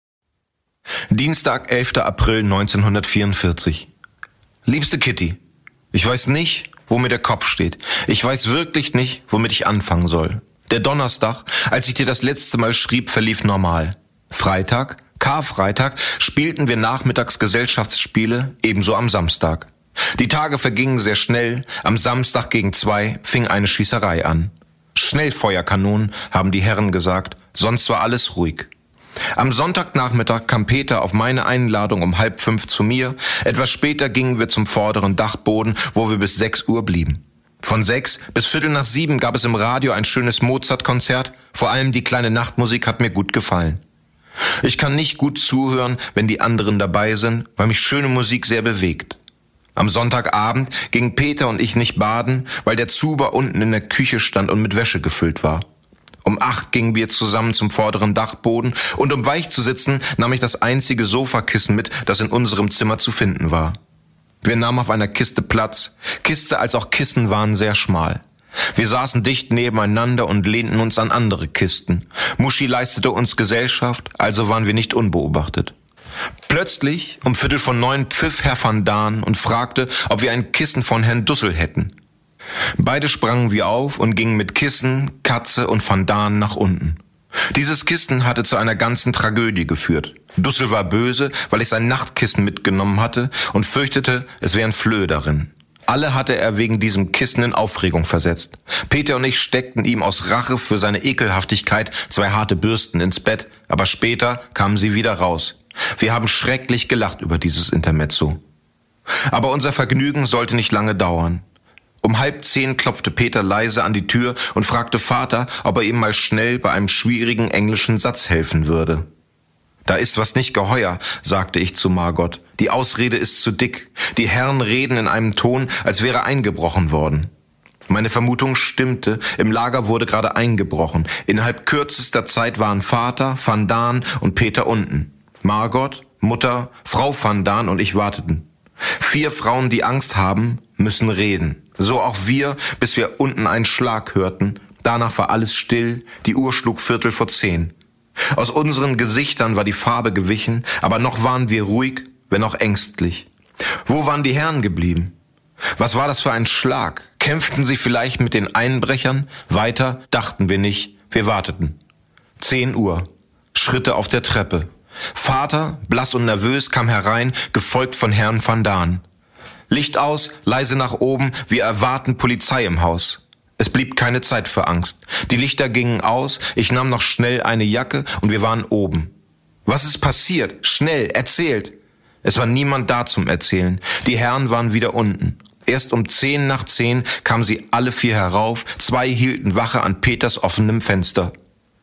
Dienstag, elfter April neunzehnhundertvierundvierzig. Liebste Kitty, ich weiß nicht, wo mir der Kopf steht. Ich weiß wirklich nicht, womit ich anfangen soll. Der Donnerstag, als ich dir das letzte Mal schrieb, verlief normal. Freitag, Karfreitag, spielten wir nachmittags Gesellschaftsspiele, ebenso am Samstag. Die Tage vergingen sehr schnell, am Samstag gegen zwei fing eine Schießerei an. Schnellfeuerkanonen, haben die Herren gesagt, sonst war alles ruhig. Am Sonntagnachmittag kam Peter auf meine Einladung um halb fünf zu mir. Etwas später gingen wir zum vorderen Dachboden, wo wir bis sechs Uhr blieben. Von sechs bis viertel nach sieben gab es im Radio ein schönes Mozart-Konzert. Vor allem die kleine Nachtmusik hat mir gut gefallen. Ich kann nicht gut zuhören, wenn die anderen dabei sind, weil mich schöne Musik sehr bewegt. Am Sonntagabend gingen Peter und ich nicht baden, weil der Zuber unten in der Küche stand und mit Wäsche gefüllt war. Um acht gingen wir zusammen zum vorderen Dachboden und um weich zu sitzen, nahm ich das einzige Sofakissen mit, das in unserem Zimmer zu finden war. Wir nahmen auf einer Kiste Platz. Kiste als auch Kissen waren sehr schmal. Wir saßen dicht nebeneinander und lehnten uns an andere Kisten. Muschi leistete uns Gesellschaft, also waren wir nicht unbeobachtet. Plötzlich, um Viertel von neun, pfiff Herr van Daan und fragte, ob wir ein Kissen von Herrn Dussel hätten. Beide sprangen wir auf und gingen mit Kissen, Katze und Van Daan nach unten. Dieses Kissen hatte zu einer ganzen Tragödie geführt. Dussel war böse, weil ich sein Nachtkissen mitgenommen hatte und fürchtete, es wären Flöhe darin. Alle hatte er wegen diesem Kissen in Aufregung versetzt. Peter und ich steckten ihm aus Rache für seine Ekelhaftigkeit zwei harte Bürsten ins Bett, aber später kamen sie wieder raus. Wir haben schrecklich gelacht über dieses Intermezzo. Aber unser Vergnügen sollte nicht lange dauern. Um halb zehn klopfte Peter leise an die Tür und fragte Vater, ob er ihm mal schnell bei einem schwierigen englischen Satz helfen würde. Da ist was nicht geheuer, sagte ich zu Margot. Die Ausrede ist zu dick. Die Herren reden in einem Ton, als wäre eingebrochen worden. Meine Vermutung stimmte, im Lager wurde gerade eingebrochen. Innerhalb kürzester Zeit waren Vater, Van Daan und Peter unten. Margot, Mutter, Frau Van Daan und ich warteten. Vier Frauen, die Angst haben, müssen reden. So auch wir, bis wir unten einen Schlag hörten. Danach war alles still, die Uhr schlug Viertel vor zehn. Aus unseren Gesichtern war die Farbe gewichen, aber noch waren wir ruhig, wenn auch ängstlich. Wo waren die Herren geblieben? Was war das für ein Schlag? Kämpften sie vielleicht mit den Einbrechern? Weiter dachten wir nicht, wir warteten. Zehn Uhr. Schritte auf der Treppe. Vater, blass und nervös, kam herein, gefolgt von Herrn Van Daan. Licht aus, leise nach oben, wir erwarten Polizei im Haus. Es blieb keine Zeit für Angst. Die Lichter gingen aus, ich nahm noch schnell eine Jacke und wir waren oben. Was ist passiert? Schnell, erzählt! Es war niemand da zum Erzählen. Die Herren waren wieder unten. Erst um zehn nach zehn kamen sie alle vier herauf, zwei hielten Wache an Peters offenem Fenster.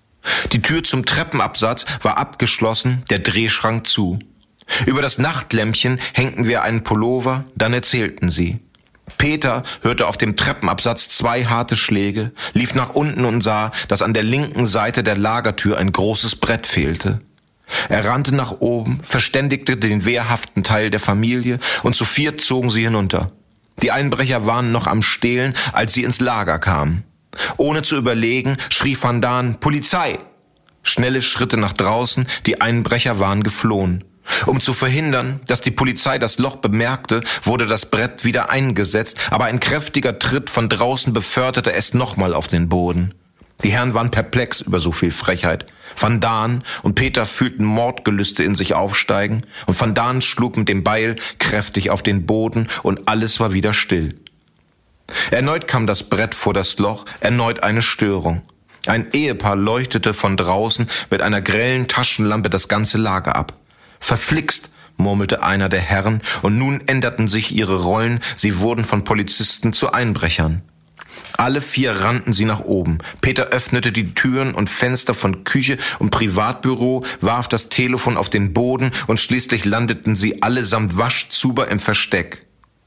Die Tür zum Treppenabsatz war abgeschlossen, der Drehschrank zu. Über das Nachtlämpchen hängten wir einen Pullover, dann erzählten sie. Peter hörte auf dem Treppenabsatz zwei harte Schläge, lief nach unten und sah, dass an der linken Seite der Lagertür ein großes Brett fehlte. Er rannte nach oben, verständigte den wehrhaften Teil der Familie und zu viert zogen sie hinunter. Die Einbrecher waren noch am Stehlen, als sie ins Lager kamen. Ohne zu überlegen, schrie Van Daan: Polizei! Schnelle Schritte nach draußen, die Einbrecher waren geflohen. Um zu verhindern, dass die Polizei das Loch bemerkte, wurde das Brett wieder eingesetzt, aber ein kräftiger Tritt von draußen beförderte es nochmal auf den Boden. Die Herren waren perplex über so viel Frechheit. Van Daan und Peter fühlten Mordgelüste in sich aufsteigen und Van Daan schlug mit dem Beil kräftig auf den Boden und alles war wieder still. Erneut kam das Brett vor das Loch, erneut eine Störung. Ein Ehepaar leuchtete von draußen mit einer grellen Taschenlampe das ganze Lager ab. Verflixt, murmelte einer der Herren, und nun änderten sich ihre Rollen, sie wurden von Polizisten zu Einbrechern. Alle vier rannten sie nach oben. Peter öffnete die Türen und Fenster von Küche und Privatbüro, warf das Telefon auf den Boden und schließlich landeten sie allesamt Waschzuber im Versteck.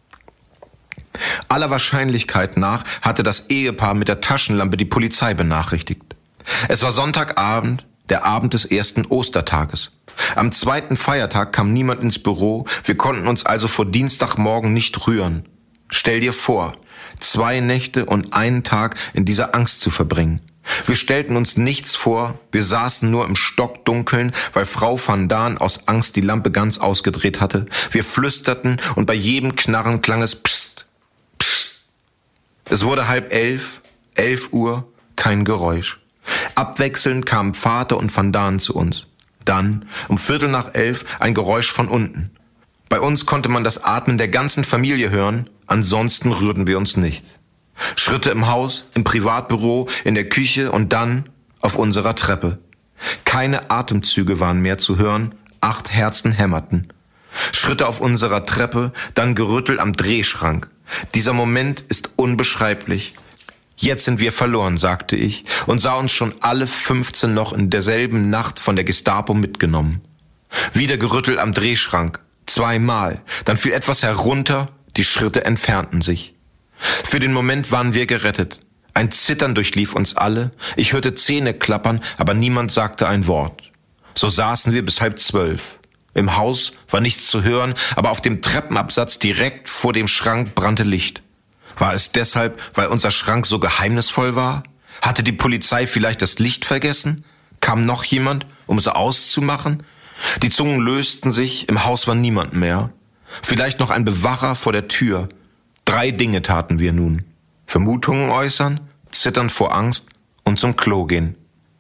Aller Wahrscheinlichkeit nach hatte das Ehepaar mit der Taschenlampe die Polizei benachrichtigt. Es war Sonntagabend, der Abend des ersten Ostertages. Am zweiten Feiertag kam niemand ins Büro, wir konnten uns also vor Dienstagmorgen nicht rühren. Stell dir vor, zwei Nächte und einen Tag in dieser Angst zu verbringen. Wir stellten uns nichts vor, wir saßen nur im Stockdunkeln, weil Frau Van Daan aus Angst die Lampe ganz ausgedreht hatte. Wir flüsterten und bei jedem Knarren klang es Psst, Psst. Es wurde halb elf, elf Uhr, kein Geräusch. Abwechselnd kamen Vater und Van Daan zu uns. Dann, um Viertel nach elf, ein Geräusch von unten. Bei uns konnte man das Atmen der ganzen Familie hören, ansonsten rührten wir uns nicht. Schritte im Haus, im Privatbüro, in der Küche und dann auf unserer Treppe. Keine Atemzüge waren mehr zu hören, acht Herzen hämmerten. Schritte auf unserer Treppe, dann Gerüttel am Drehschrank. Dieser Moment ist unbeschreiblich. Jetzt sind wir verloren, sagte ich und sah uns schon alle fünfzehn noch in derselben Nacht von der Gestapo mitgenommen. Wieder Gerüttel am Drehschrank. Zweimal. Dann fiel etwas herunter, die Schritte entfernten sich. Für den Moment waren wir gerettet. Ein Zittern durchlief uns alle. Ich hörte Zähne klappern, aber niemand sagte ein Wort. So saßen wir bis halb zwölf. Im Haus war nichts zu hören, aber auf dem Treppenabsatz direkt vor dem Schrank brannte Licht. War es deshalb, weil unser Schrank so geheimnisvoll war? Hatte die Polizei vielleicht das Licht vergessen? Kam noch jemand, um es auszumachen? Die Zungen lösten sich, im Haus war niemand mehr. Vielleicht noch ein Bewacher vor der Tür. Drei Dinge taten wir nun. Vermutungen äußern, zittern vor Angst und zum Klo gehen.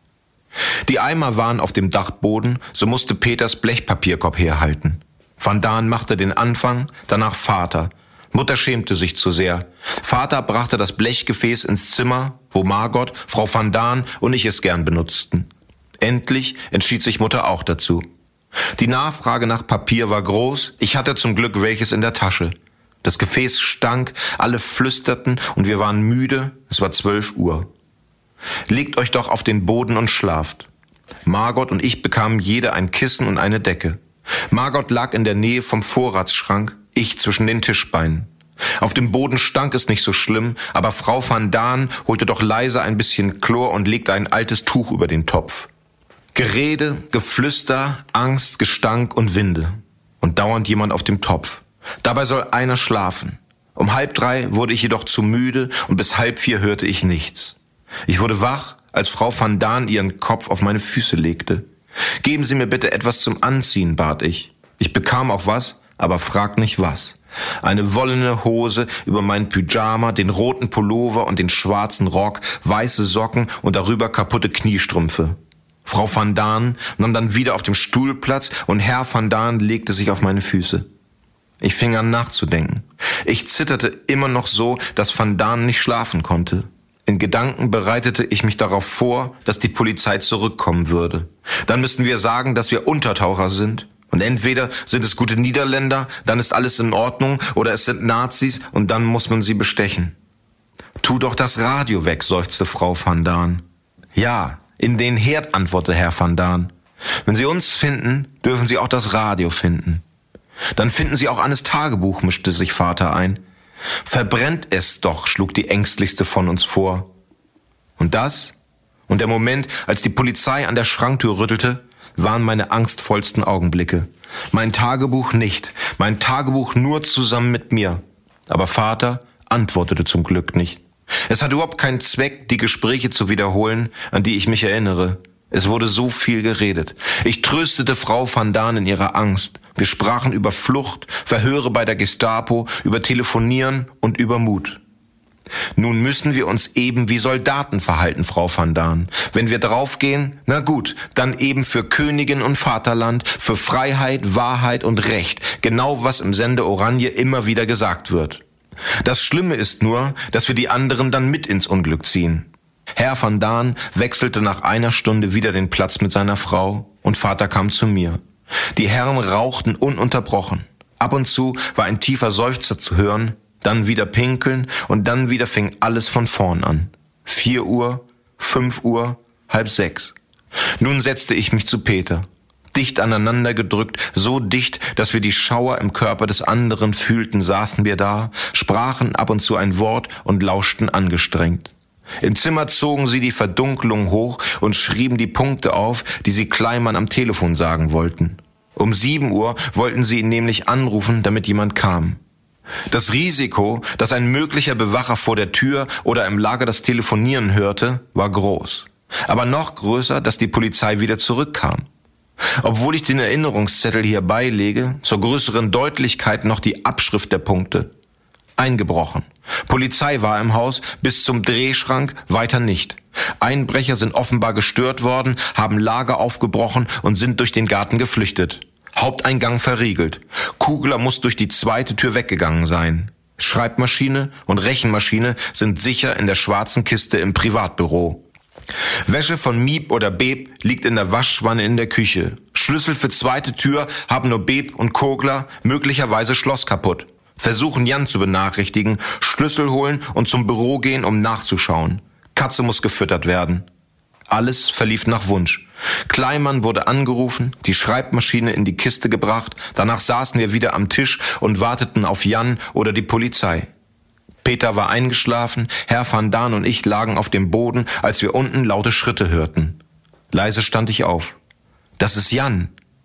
Die Eimer waren auf dem Dachboden, so musste Peters Blechpapierkorb herhalten. Van Daan machte den Anfang, danach Vater. Mutter schämte sich zu sehr. Vater brachte das Blechgefäß ins Zimmer, wo Margot, Frau Van Daan und ich es gern benutzten. Endlich entschied sich Mutter auch dazu. Die Nachfrage nach Papier war groß, ich hatte zum Glück welches in der Tasche. Das Gefäß stank, alle flüsterten und wir waren müde, es war zwölf Uhr. Legt euch doch auf den Boden und schlaft. Margot und ich bekamen jede ein Kissen und eine Decke. Margot lag in der Nähe vom Vorratsschrank, ich zwischen den Tischbeinen. Auf dem Boden stank es nicht so schlimm, aber Frau Van Daan holte doch leise ein bisschen Chlor und legte ein altes Tuch über den Topf. Gerede, Geflüster, Angst, Gestank und Winde. Und dauernd jemand auf dem Topf. Dabei soll einer schlafen. Um halb drei wurde ich jedoch zu müde und bis halb vier hörte ich nichts. Ich wurde wach, als Frau Van Daan ihren Kopf auf meine Füße legte. Geben Sie mir bitte etwas zum Anziehen, bat ich. Ich bekam auch was, aber frag nicht was. Eine wollene Hose über meinen Pyjama, den roten Pullover und den schwarzen Rock, weiße Socken und darüber kaputte Kniestrümpfe. Frau Van Daan nahm dann wieder auf dem Stuhl Platz und Herr Van Daan legte sich auf meine Füße. Ich fing an nachzudenken. Ich zitterte immer noch so, dass Van Daan nicht schlafen konnte. In Gedanken bereitete ich mich darauf vor, dass die Polizei zurückkommen würde. Dann müssten wir sagen, dass wir Untertaucher sind. Und entweder sind es gute Niederländer, dann ist alles in Ordnung, oder es sind Nazis und dann muss man sie bestechen. Tu doch das Radio weg, seufzte Frau Van Daan. Ja, in den Herd, antwortete Herr Van Daan. Wenn Sie uns finden, dürfen Sie auch das Radio finden. Dann finden Sie auch Annes Tagebuch, mischte sich Vater ein. Verbrennt es doch, schlug die Ängstlichste von uns vor. Und das? Und der Moment, als die Polizei an der Schranktür rüttelte, waren meine angstvollsten Augenblicke. Mein Tagebuch nicht, mein Tagebuch nur zusammen mit mir. Aber Vater antwortete zum Glück nicht. Es hat überhaupt keinen Zweck, die Gespräche zu wiederholen, an die ich mich erinnere. Es wurde so viel geredet. Ich tröstete Frau van Daan in ihrer Angst. Wir sprachen über Flucht, Verhöre bei der Gestapo, über Telefonieren und über Mut. Nun müssen wir uns eben wie Soldaten verhalten, Frau van Daan. Wenn wir draufgehen, na gut, dann eben für Königin und Vaterland, für Freiheit, Wahrheit und Recht. Genau was im Sende Oranje immer wieder gesagt wird. Das Schlimme ist nur, dass wir die anderen dann mit ins Unglück ziehen. Herr van Daan wechselte nach einer Stunde wieder den Platz mit seiner Frau und Vater kam zu mir. Die Herren rauchten ununterbrochen. Ab und zu war ein tiefer Seufzer zu hören, dann wieder pinkeln und dann wieder fing alles von vorn an. Vier Uhr, fünf Uhr, halb sechs. Nun setzte ich mich zu Peter. Dicht aneinander gedrückt, so dicht, dass wir die Schauer im Körper des anderen fühlten, saßen wir da, sprachen ab und zu ein Wort und lauschten angestrengt. Im Zimmer zogen sie die Verdunklung hoch und schrieben die Punkte auf, die sie Kleimann am Telefon sagen wollten. Um sieben Uhr wollten sie ihn nämlich anrufen, damit jemand kam. Das Risiko, dass ein möglicher Bewacher vor der Tür oder im Lager das Telefonieren hörte, war groß. Aber noch größer, dass die Polizei wieder zurückkam. Obwohl ich den Erinnerungszettel hier beilege, zur größeren Deutlichkeit noch die Abschrift der Punkte. Eingebrochen. Polizei war im Haus, bis zum Drehschrank, weiter nicht. Einbrecher sind offenbar gestört worden, haben Lager aufgebrochen und sind durch den Garten geflüchtet. Haupteingang verriegelt. Kugler muss durch die zweite Tür weggegangen sein. Schreibmaschine und Rechenmaschine sind sicher in der schwarzen Kiste im Privatbüro. Wäsche von Miep oder Beb liegt in der Waschwanne in der Küche. Schlüssel für zweite Tür haben nur Beb und Kogler, möglicherweise Schloss kaputt. Versuchen Jan zu benachrichtigen, Schlüssel holen und zum Büro gehen, um nachzuschauen. Katze muss gefüttert werden. Alles verlief nach Wunsch. Kleimann wurde angerufen, die Schreibmaschine in die Kiste gebracht, danach saßen wir wieder am Tisch und warteten auf Jan oder die Polizei. Peter war eingeschlafen, Herr van Daan und ich lagen auf dem Boden, als wir unten laute Schritte hörten. Leise stand ich auf. Das ist Jan.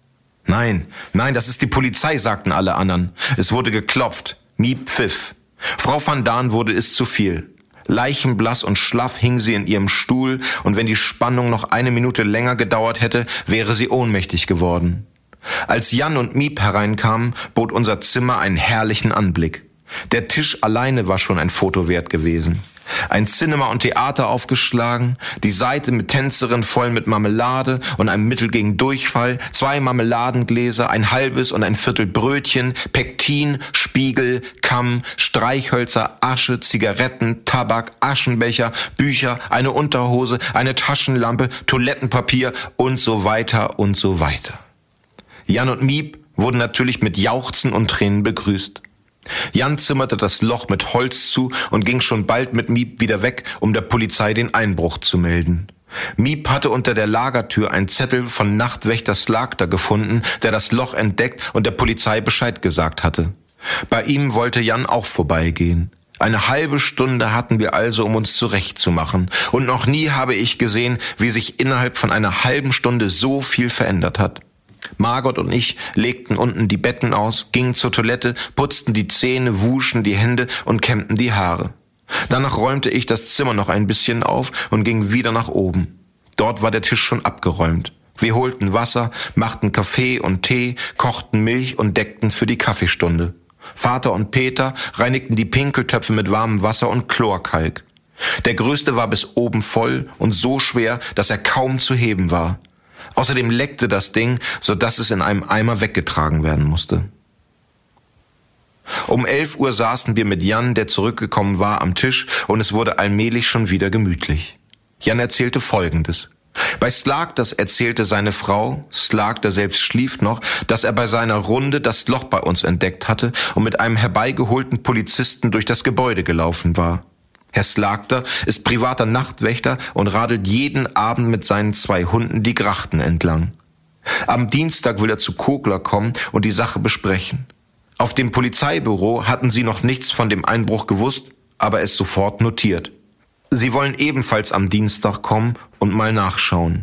Nein, nein, das ist die Polizei, sagten alle anderen. Es wurde geklopft. Miep pfiff. Frau van Daan wurde es zu viel. Leichenblass und schlaff hing sie in ihrem Stuhl, und wenn die Spannung noch eine Minute länger gedauert hätte, wäre sie ohnmächtig geworden. Als Jan und Miep hereinkamen, bot unser Zimmer einen herrlichen Anblick. Der Tisch alleine war schon ein Foto wert gewesen. Ein Cinema und Theater aufgeschlagen, die Seite mit Tänzerin voll mit Marmelade und einem Mittel gegen Durchfall, zwei Marmeladengläser, ein halbes und ein Viertel Brötchen, Pektin, Spiegel, Kamm, Streichhölzer, Asche, Zigaretten, Tabak, Aschenbecher, Bücher, eine Unterhose, eine Taschenlampe, Toilettenpapier und so weiter und so weiter. Jan und Miep wurden natürlich mit Jauchzen und Tränen begrüßt. Jan zimmerte das Loch mit Holz zu und ging schon bald mit Miep wieder weg, um der Polizei den Einbruch zu melden. Miep hatte unter der Lagertür einen Zettel von Nachtwächter Slagter gefunden, der das Loch entdeckt und der Polizei Bescheid gesagt hatte. Bei ihm wollte Jan auch vorbeigehen. Eine halbe Stunde hatten wir also, um uns zurechtzumachen, und noch nie habe ich gesehen, wie sich innerhalb von einer halben Stunde so viel verändert hat. Margot und ich legten unten die Betten aus, gingen zur Toilette, putzten die Zähne, wuschen die Hände und kämmten die Haare. Danach räumte ich das Zimmer noch ein bisschen auf und ging wieder nach oben. Dort war der Tisch schon abgeräumt. Wir holten Wasser, machten Kaffee und Tee, kochten Milch und deckten für die Kaffeestunde. Vater und Peter reinigten die Pinkeltöpfe mit warmem Wasser und Chlorkalk. Der größte war bis oben voll und so schwer, dass er kaum zu heben war. Außerdem leckte das Ding, so dass es in einem Eimer weggetragen werden musste. Um elf Uhr saßen wir mit Jan, der zurückgekommen war, am Tisch, und es wurde allmählich schon wieder gemütlich. Jan erzählte Folgendes. Bei Slagters erzählte seine Frau, Slagter selbst schlief noch, dass er bei seiner Runde das Loch bei uns entdeckt hatte und mit einem herbeigeholten Polizisten durch das Gebäude gelaufen war. Herr Slagter ist privater Nachtwächter und radelt jeden Abend mit seinen zwei Hunden die Grachten entlang. Am Dienstag will er zu Kogler kommen und die Sache besprechen. Auf dem Polizeibüro hatten sie noch nichts von dem Einbruch gewusst, aber es sofort notiert. Sie wollen ebenfalls am Dienstag kommen und mal nachschauen.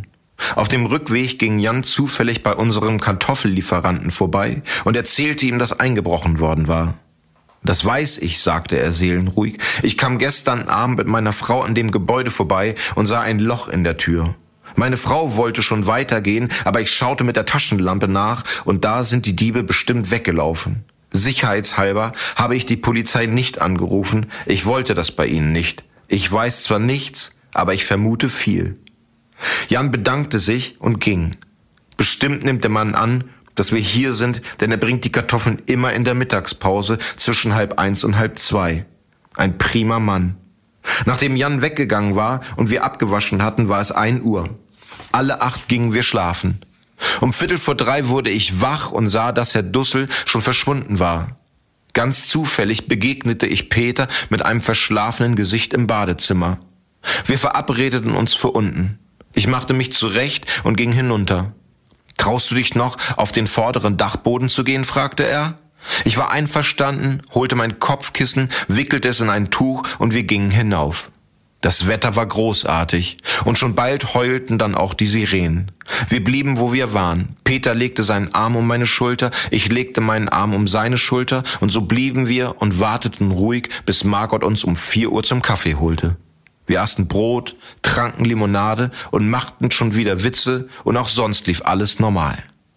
Auf dem Rückweg ging Jan zufällig bei unserem Kartoffellieferanten vorbei und erzählte ihm, dass eingebrochen worden war. »Das weiß ich«, sagte er seelenruhig. »Ich kam gestern Abend mit meiner Frau an dem Gebäude vorbei und sah ein Loch in der Tür. Meine Frau wollte schon weitergehen, aber ich schaute mit der Taschenlampe nach und da sind die Diebe bestimmt weggelaufen. Sicherheitshalber habe ich die Polizei nicht angerufen. Ich wollte das bei ihnen nicht. Ich weiß zwar nichts, aber ich vermute viel.« Jan bedankte sich und ging. Bestimmt nimmt der Mann an, dass wir hier sind, denn er bringt die Kartoffeln immer in der Mittagspause zwischen halb eins und halb zwei. Ein prima Mann. Nachdem Jan weggegangen war und wir abgewaschen hatten, war es ein Uhr. Alle acht gingen wir schlafen. Um Viertel vor drei wurde ich wach und sah, dass Herr Dussel schon verschwunden war. Ganz zufällig begegnete ich Peter mit einem verschlafenen Gesicht im Badezimmer. Wir verabredeten uns für unten. Ich machte mich zurecht und ging hinunter. »Traust du dich noch, auf den vorderen Dachboden zu gehen?« fragte er. Ich war einverstanden, holte mein Kopfkissen, wickelte es in ein Tuch und wir gingen hinauf. Das Wetter war großartig und schon bald heulten dann auch die Sirenen. Wir blieben, wo wir waren. Peter legte seinen Arm um meine Schulter, ich legte meinen Arm um seine Schulter und so blieben wir und warteten ruhig, bis Margot uns um vier Uhr zum Kaffee holte. Wir aßen Brot, tranken Limonade und machten schon wieder Witze und auch sonst lief alles normal.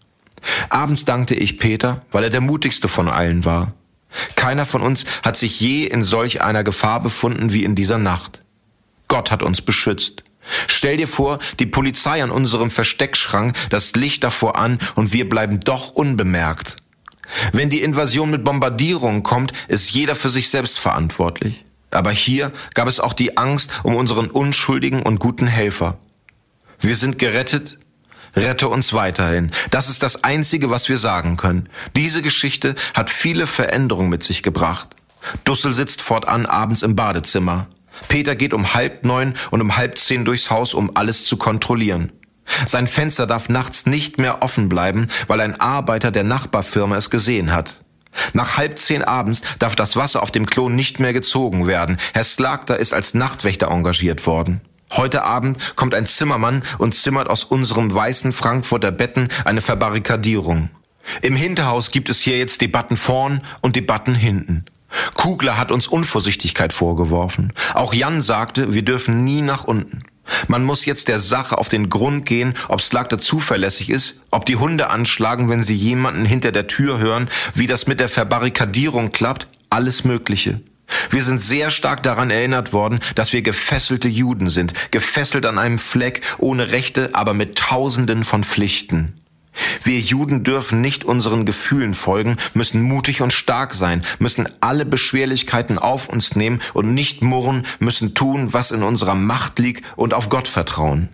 Abends dankte ich Peter, weil er der mutigste von allen war. Keiner von uns hat sich je in solch einer Gefahr befunden wie in dieser Nacht. Gott hat uns beschützt. Stell dir vor, die Polizei an unserem Versteckschrank, das Licht davor an und wir bleiben doch unbemerkt. Wenn die Invasion mit Bombardierungen kommt, ist jeder für sich selbst verantwortlich. Aber hier gab es auch die Angst um unseren unschuldigen und guten Helfer. Wir sind gerettet, rette uns weiterhin. Das ist das Einzige, was wir sagen können. Diese Geschichte hat viele Veränderungen mit sich gebracht. Dussel sitzt fortan abends im Badezimmer. Peter geht um halb neun und um halb zehn durchs Haus, um alles zu kontrollieren. Sein Fenster darf nachts nicht mehr offen bleiben, weil ein Arbeiter der Nachbarfirma es gesehen hat. Nach halb zehn abends darf das Wasser auf dem Klo nicht mehr gezogen werden. Herr Slagter ist als Nachtwächter engagiert worden. Heute Abend kommt ein Zimmermann und zimmert aus unserem weißen Frankfurter Betten eine Verbarrikadierung. Im Hinterhaus gibt es hier jetzt Debatten vorn und Debatten hinten. Kugler hat uns Unvorsichtigkeit vorgeworfen. Auch Jan sagte, wir dürfen nie nach unten. Man muss jetzt der Sache auf den Grund gehen, ob Slagter zuverlässig ist, ob die Hunde anschlagen, wenn sie jemanden hinter der Tür hören, wie das mit der Verbarrikadierung klappt, alles Mögliche. Wir sind sehr stark daran erinnert worden, dass wir gefesselte Juden sind, gefesselt an einem Fleck, ohne Rechte, aber mit Tausenden von Pflichten. Wir Juden dürfen nicht unseren Gefühlen folgen, müssen mutig und stark sein, müssen alle Beschwerlichkeiten auf uns nehmen und nicht murren, müssen tun, was in unserer Macht liegt und auf Gott vertrauen.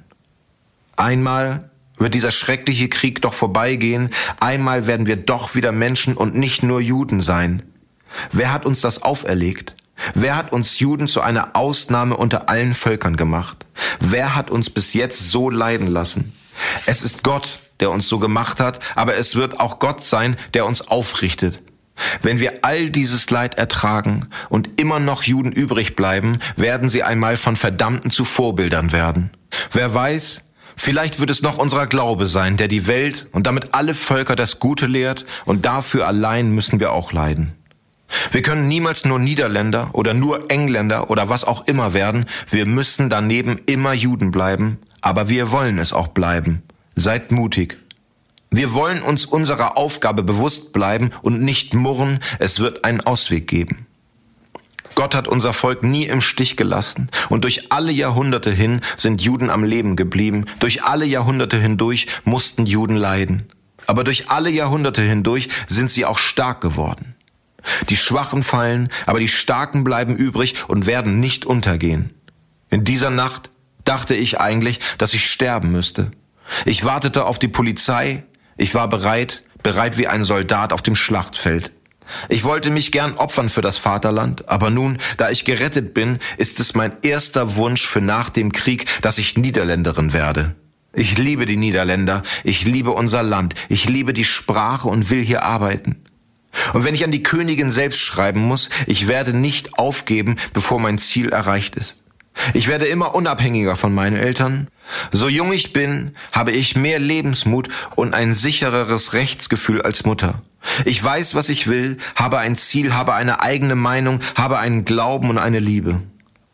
Einmal wird dieser schreckliche Krieg doch vorbeigehen, einmal werden wir doch wieder Menschen und nicht nur Juden sein. Wer hat uns das auferlegt? Wer hat uns Juden zu einer Ausnahme unter allen Völkern gemacht? Wer hat uns bis jetzt so leiden lassen? Es ist Gott, der uns so gemacht hat, aber es wird auch Gott sein, der uns aufrichtet. Wenn wir all dieses Leid ertragen und immer noch Juden übrig bleiben, werden sie einmal von Verdammten zu Vorbildern werden. Wer weiß, vielleicht wird es noch unser Glaube sein, der die Welt und damit alle Völker das Gute lehrt, und dafür allein müssen wir auch leiden. Wir können niemals nur Niederländer oder nur Engländer oder was auch immer werden, wir müssen daneben immer Juden bleiben, aber wir wollen es auch bleiben. Seid mutig. Wir wollen uns unserer Aufgabe bewusst bleiben und nicht murren, es wird einen Ausweg geben. Gott hat unser Volk nie im Stich gelassen und durch alle Jahrhunderte hin sind Juden am Leben geblieben. Durch alle Jahrhunderte hindurch mussten Juden leiden. Aber durch alle Jahrhunderte hindurch sind sie auch stark geworden. Die Schwachen fallen, aber die Starken bleiben übrig und werden nicht untergehen. In dieser Nacht dachte ich eigentlich, dass ich sterben müsste. Ich wartete auf die Polizei, ich war bereit, bereit wie ein Soldat auf dem Schlachtfeld. Ich wollte mich gern opfern für das Vaterland, aber nun, da ich gerettet bin, ist es mein erster Wunsch für nach dem Krieg, dass ich Niederländerin werde. Ich liebe die Niederländer, ich liebe unser Land, ich liebe die Sprache und will hier arbeiten. Und wenn ich an die Königin selbst schreiben muss, ich werde nicht aufgeben, bevor mein Ziel erreicht ist. Ich werde immer unabhängiger von meinen Eltern. So jung ich bin, habe ich mehr Lebensmut und ein sichereres Rechtsgefühl als Mutter. Ich weiß, was ich will, habe ein Ziel, habe eine eigene Meinung, habe einen Glauben und eine Liebe.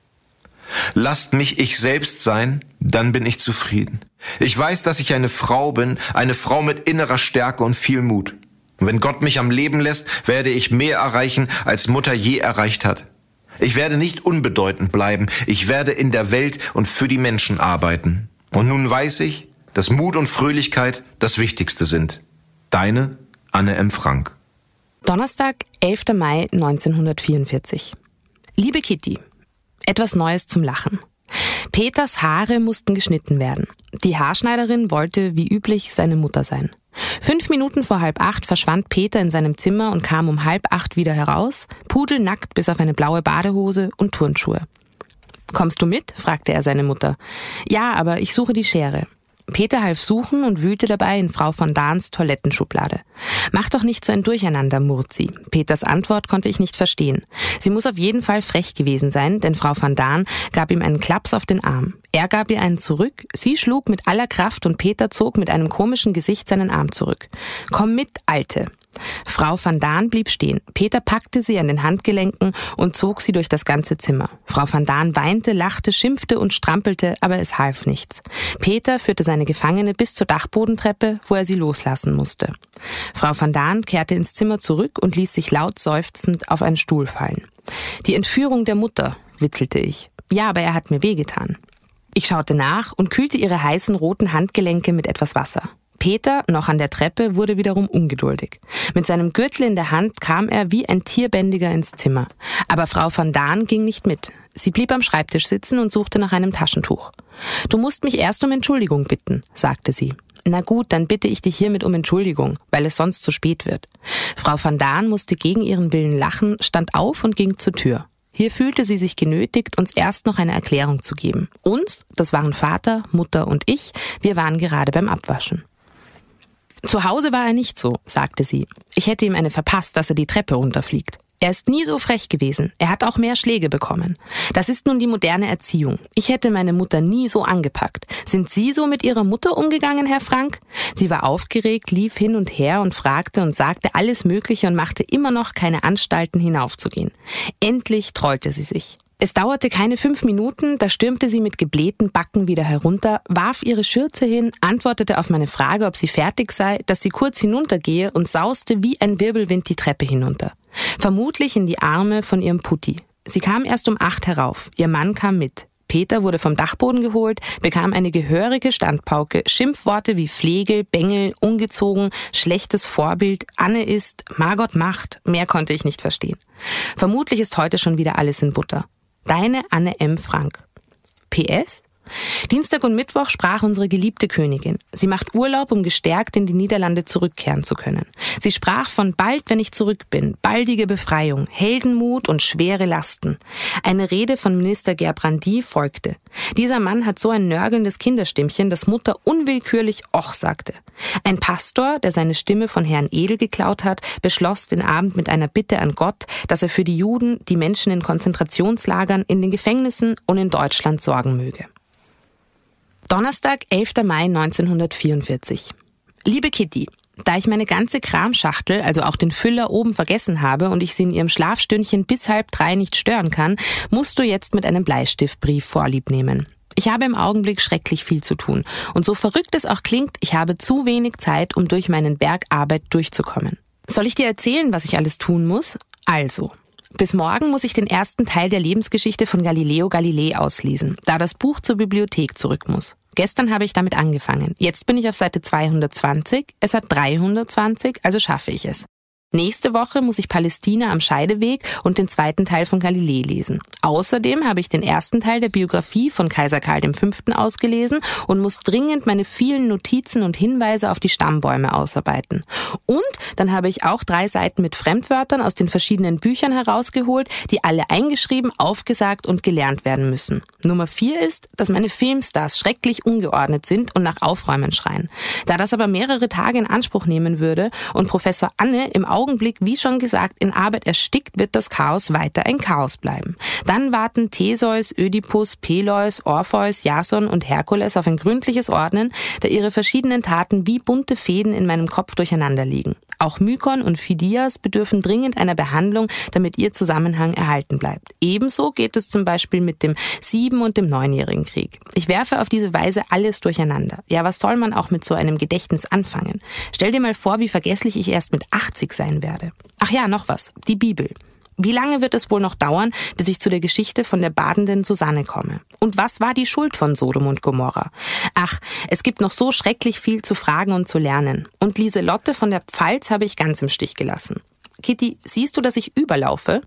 Lasst mich ich selbst sein, dann bin ich zufrieden. Ich weiß, dass ich eine Frau bin, eine Frau mit innerer Stärke und viel Mut. Und wenn Gott mich am Leben lässt, werde ich mehr erreichen, als Mutter je erreicht hat. Ich werde nicht unbedeutend bleiben. Ich werde in der Welt und für die Menschen arbeiten. Und nun weiß ich, dass Mut und Fröhlichkeit das Wichtigste sind. Deine Anne M. Frank. Donnerstag, elfter Mai neunzehnhundertvierundvierzig. Liebe Kitty, etwas Neues zum Lachen. Peters Haare mussten geschnitten werden. Die Haarschneiderin wollte wie üblich seine Mutter sein. Fünf Minuten vor halb acht verschwand Peter in seinem Zimmer und kam um halb acht wieder heraus, pudelnackt bis auf eine blaue Badehose und Turnschuhe. »Kommst du mit?« fragte er seine Mutter. »Ja, aber ich suche die Schere.« Peter half suchen und wühlte dabei in Frau von Dahns Toilettenschublade. »Mach doch nicht so ein Durcheinander«, murrt sie. Peters Antwort konnte ich nicht verstehen. Sie muss auf jeden Fall frech gewesen sein, denn Frau van Dahn gab ihm einen Klaps auf den Arm. Er gab ihr einen zurück, sie schlug mit aller Kraft und Peter zog mit einem komischen Gesicht seinen Arm zurück. »Komm mit, Alte!« Frau van Dahn blieb stehen. Peter packte sie an den Handgelenken und zog sie durch das ganze Zimmer. Frau van Dahn weinte, lachte, schimpfte und strampelte, aber es half nichts. Peter führte seine Gefangene bis zur Dachbodentreppe, wo er sie loslassen musste. Frau van Dahn kehrte ins Zimmer zurück und ließ sich laut seufzend auf einen Stuhl fallen. »Die Entführung der Mutter«, witzelte ich. »Ja, aber er hat mir wehgetan.« Ich schaute nach und kühlte ihre heißen roten Handgelenke mit etwas Wasser. Peter, noch an der Treppe, wurde wiederum ungeduldig. Mit seinem Gürtel in der Hand kam er wie ein Tierbändiger ins Zimmer. Aber Frau van Dahn ging nicht mit. Sie blieb am Schreibtisch sitzen und suchte nach einem Taschentuch. »Du musst mich erst um Entschuldigung bitten«, sagte sie. »Na gut, dann bitte ich dich hiermit um Entschuldigung, weil es sonst zu spät wird.« Frau van Dahn musste gegen ihren Willen lachen, stand auf und ging zur Tür. Hier fühlte sie sich genötigt, uns erst noch eine Erklärung zu geben. Uns, das waren Vater, Mutter und ich, wir waren gerade beim Abwaschen. »Zu Hause war er nicht so«, sagte sie. »Ich hätte ihm eine verpasst, dass er die Treppe runterfliegt. Er ist nie so frech gewesen. Er hat auch mehr Schläge bekommen. Das ist nun die moderne Erziehung. Ich hätte meine Mutter nie so angepackt. Sind Sie so mit Ihrer Mutter umgegangen, Herr Frank?« Sie war aufgeregt, lief hin und her und fragte und sagte alles Mögliche und machte immer noch keine Anstalten, hinaufzugehen. Endlich trollte sie sich. Es dauerte keine fünf Minuten, da stürmte sie mit geblähten Backen wieder herunter, warf ihre Schürze hin, antwortete auf meine Frage, ob sie fertig sei, dass sie kurz hinuntergehe und sauste wie ein Wirbelwind die Treppe hinunter. Vermutlich in die Arme von ihrem Putti. Sie kam erst um acht herauf, ihr Mann kam mit. Peter wurde vom Dachboden geholt, bekam eine gehörige Standpauke, Schimpfworte wie Flegel, Bengel, ungezogen, schlechtes Vorbild, Anne ist, Margot macht, mehr konnte ich nicht verstehen. Vermutlich ist heute schon wieder alles in Butter. Deine Anne M. Frank. P S Dienstag und Mittwoch sprach unsere geliebte Königin. Sie macht Urlaub, um gestärkt in die Niederlande zurückkehren zu können. Sie sprach von bald, wenn ich zurück bin, baldige Befreiung, Heldenmut und schwere Lasten. Eine Rede von Minister Gerbrandy folgte. Dieser Mann hat so ein nörgelndes Kinderstimmchen, dass Mutter unwillkürlich Och sagte. Ein Pastor, der seine Stimme von Herrn Edel geklaut hat, beschloss den Abend mit einer Bitte an Gott, dass er für die Juden, die Menschen in Konzentrationslagern, in den Gefängnissen und in Deutschland sorgen möge. Donnerstag, elfter Mai neunzehnhundertvierundvierzig. Liebe Kitty, da ich meine ganze Kramschachtel, also auch den Füller oben vergessen habe und ich sie in ihrem Schlafstündchen bis halb drei nicht stören kann, musst du jetzt mit einem Bleistiftbrief Vorlieb nehmen. Ich habe im Augenblick schrecklich viel zu tun und so verrückt es auch klingt, ich habe zu wenig Zeit, um durch meinen Berg Arbeit durchzukommen. Soll ich dir erzählen, was ich alles tun muss? Also... Bis morgen muss ich den ersten Teil der Lebensgeschichte von Galileo Galilei auslesen, da das Buch zur Bibliothek zurück muss. Gestern habe ich damit angefangen. Jetzt bin ich auf Seite zweihundertzwanzig, es hat dreihundertzwanzig, also schaffe ich es. Nächste Woche muss ich Palästina am Scheideweg und den zweiten Teil von Galilei lesen. Außerdem habe ich den ersten Teil der Biografie von Kaiser Karl der Fünfte ausgelesen und muss dringend meine vielen Notizen und Hinweise auf die Stammbäume ausarbeiten. Und dann habe ich auch drei Seiten mit Fremdwörtern aus den verschiedenen Büchern herausgeholt, die alle eingeschrieben, aufgesagt und gelernt werden müssen. Nummer vier ist, dass meine Filmstars schrecklich ungeordnet sind und nach Aufräumen schreien. Da das aber mehrere Tage in Anspruch nehmen würde und Professor Anne im Augenblick, wie schon gesagt, in Arbeit erstickt, wird das Chaos weiter ein Chaos bleiben. Dann warten Theseus, Ödipus, Peleus, Orpheus, Jason und Herkules auf ein gründliches Ordnen, da ihre verschiedenen Taten wie bunte Fäden in meinem Kopf durcheinander liegen. Auch Mykon und Phidias bedürfen dringend einer Behandlung, damit ihr Zusammenhang erhalten bleibt. Ebenso geht es zum Beispiel mit dem Sieben- und dem Neunjährigen Krieg. Ich werfe auf diese Weise alles durcheinander. Ja, was soll man auch mit so einem Gedächtnis anfangen? Stell dir mal vor, wie vergesslich ich erst mit achtzig sein werde. Ach ja, noch was. Die Bibel. Wie lange wird es wohl noch dauern, bis ich zu der Geschichte von der badenden Susanne komme? Und was war die Schuld von Sodom und Gomorra? Ach, es gibt noch so schrecklich viel zu fragen und zu lernen. Und Lieselotte von der Pfalz habe ich ganz im Stich gelassen. Kitty, siehst du, dass ich überlaufe?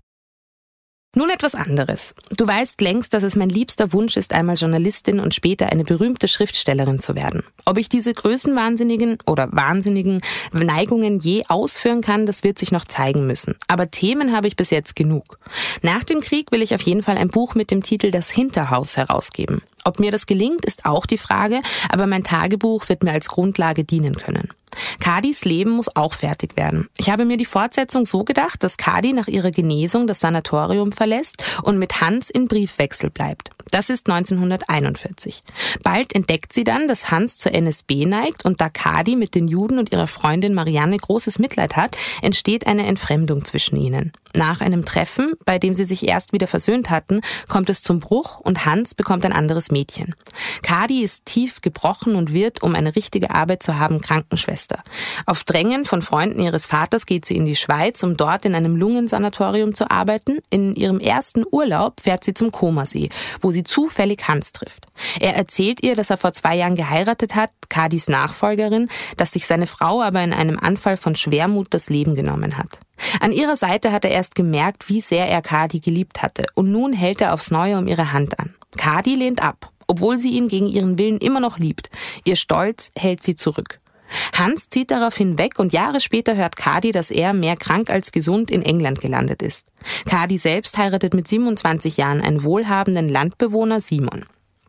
Nun etwas anderes. Du weißt längst, dass es mein liebster Wunsch ist, einmal Journalistin und später eine berühmte Schriftstellerin zu werden. Ob ich diese größenwahnsinnigen oder wahnsinnigen Neigungen je ausführen kann, das wird sich noch zeigen müssen. Aber Themen habe ich bis jetzt genug. Nach dem Krieg will ich auf jeden Fall ein Buch mit dem Titel Das Hinterhaus herausgeben. Ob mir das gelingt, ist auch die Frage, aber mein Tagebuch wird mir als Grundlage dienen können. Kadis Leben muss auch fertig werden. Ich habe mir die Fortsetzung so gedacht, dass Kadi nach ihrer Genesung das Sanatorium verlässt und mit Hans in Briefwechsel bleibt. Das ist neunzehnhunderteinundvierzig. Bald entdeckt sie dann, dass Hans zur N S B neigt und da Kadi mit den Juden und ihrer Freundin Marianne großes Mitleid hat, entsteht eine Entfremdung zwischen ihnen. Nach einem Treffen, bei dem sie sich erst wieder versöhnt hatten, kommt es zum Bruch und Hans bekommt ein anderes Mädchen. Kadi ist tief gebrochen und wird, um eine richtige Arbeit zu haben, Krankenschwester. Auf Drängen von Freunden ihres Vaters geht sie in die Schweiz, um dort in einem Lungensanatorium zu arbeiten. In ihrem ersten Urlaub fährt sie zum Comersee, wo sie zufällig Hans trifft. Er erzählt ihr, dass er vor zwei Jahren geheiratet hat, Kadis Nachfolgerin, dass sich seine Frau aber in einem Anfall von Schwermut das Leben genommen hat. An ihrer Seite hat er erst gemerkt, wie sehr er Kadi geliebt hatte, und nun hält er aufs Neue um ihre Hand an. Kadi lehnt ab, obwohl sie ihn gegen ihren Willen immer noch liebt. Ihr Stolz hält sie zurück. Hans zieht daraufhin weg und Jahre später hört Kadi, dass er, mehr krank als gesund, in England gelandet ist. Kadi selbst heiratet mit siebenundzwanzig Jahren einen wohlhabenden Landbewohner, Simon.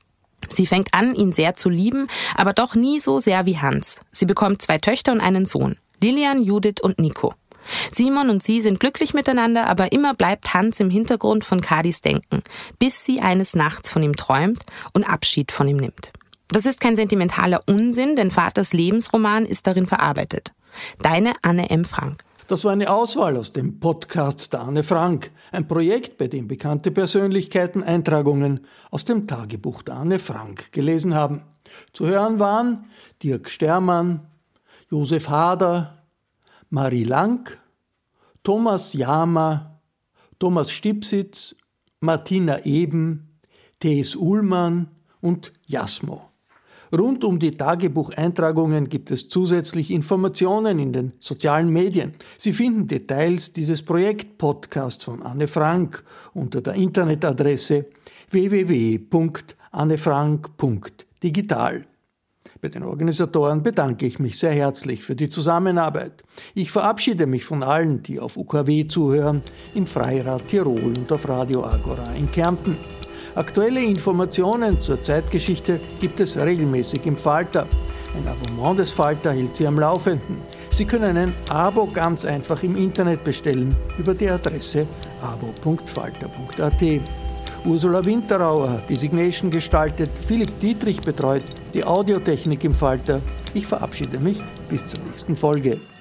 Sie fängt an, ihn sehr zu lieben, aber doch nie so sehr wie Hans. Sie bekommt zwei Töchter und einen Sohn, Lilian, Judith und Nico. Simon und sie sind glücklich miteinander, aber immer bleibt Hans im Hintergrund von Kadis Denken, bis sie eines Nachts von ihm träumt und Abschied von ihm nimmt. Das ist kein sentimentaler Unsinn, denn Vaters Lebensroman ist darin verarbeitet. Deine Anne M. Frank. Das war eine Auswahl aus dem Podcast der Anne Frank, ein Projekt, bei dem bekannte Persönlichkeiten Eintragungen aus dem Tagebuch der Anne Frank gelesen haben. Zu hören waren Dirk Stermann, Josef Hader, Marie Lang, Thomas Jama, Thomas Stipsitz, Martina Eben, T S Uhlmann und Jasmo. Rund um die Tagebucheintragungen gibt es zusätzlich Informationen in den sozialen Medien. Sie finden Details dieses Projekt-Podcasts von Anne Frank unter der Internetadresse w w w punkt anne frank punkt digital. Bei den Organisatoren bedanke ich mich sehr herzlich für die Zusammenarbeit. Ich verabschiede mich von allen, die auf U K W zuhören, in Freirad Tirol und auf Radio Agora in Kärnten. Aktuelle Informationen zur Zeitgeschichte gibt es regelmäßig im Falter. Ein Abonnement des Falter hält Sie am Laufenden. Sie können ein Abo ganz einfach im Internet bestellen über die Adresse abo punkt falter punkt a t. Ursula Winterauer hat die Signation gestaltet, Philipp Dietrich betreut die Audiotechnik im Falter. Ich verabschiede mich bis zur nächsten Folge.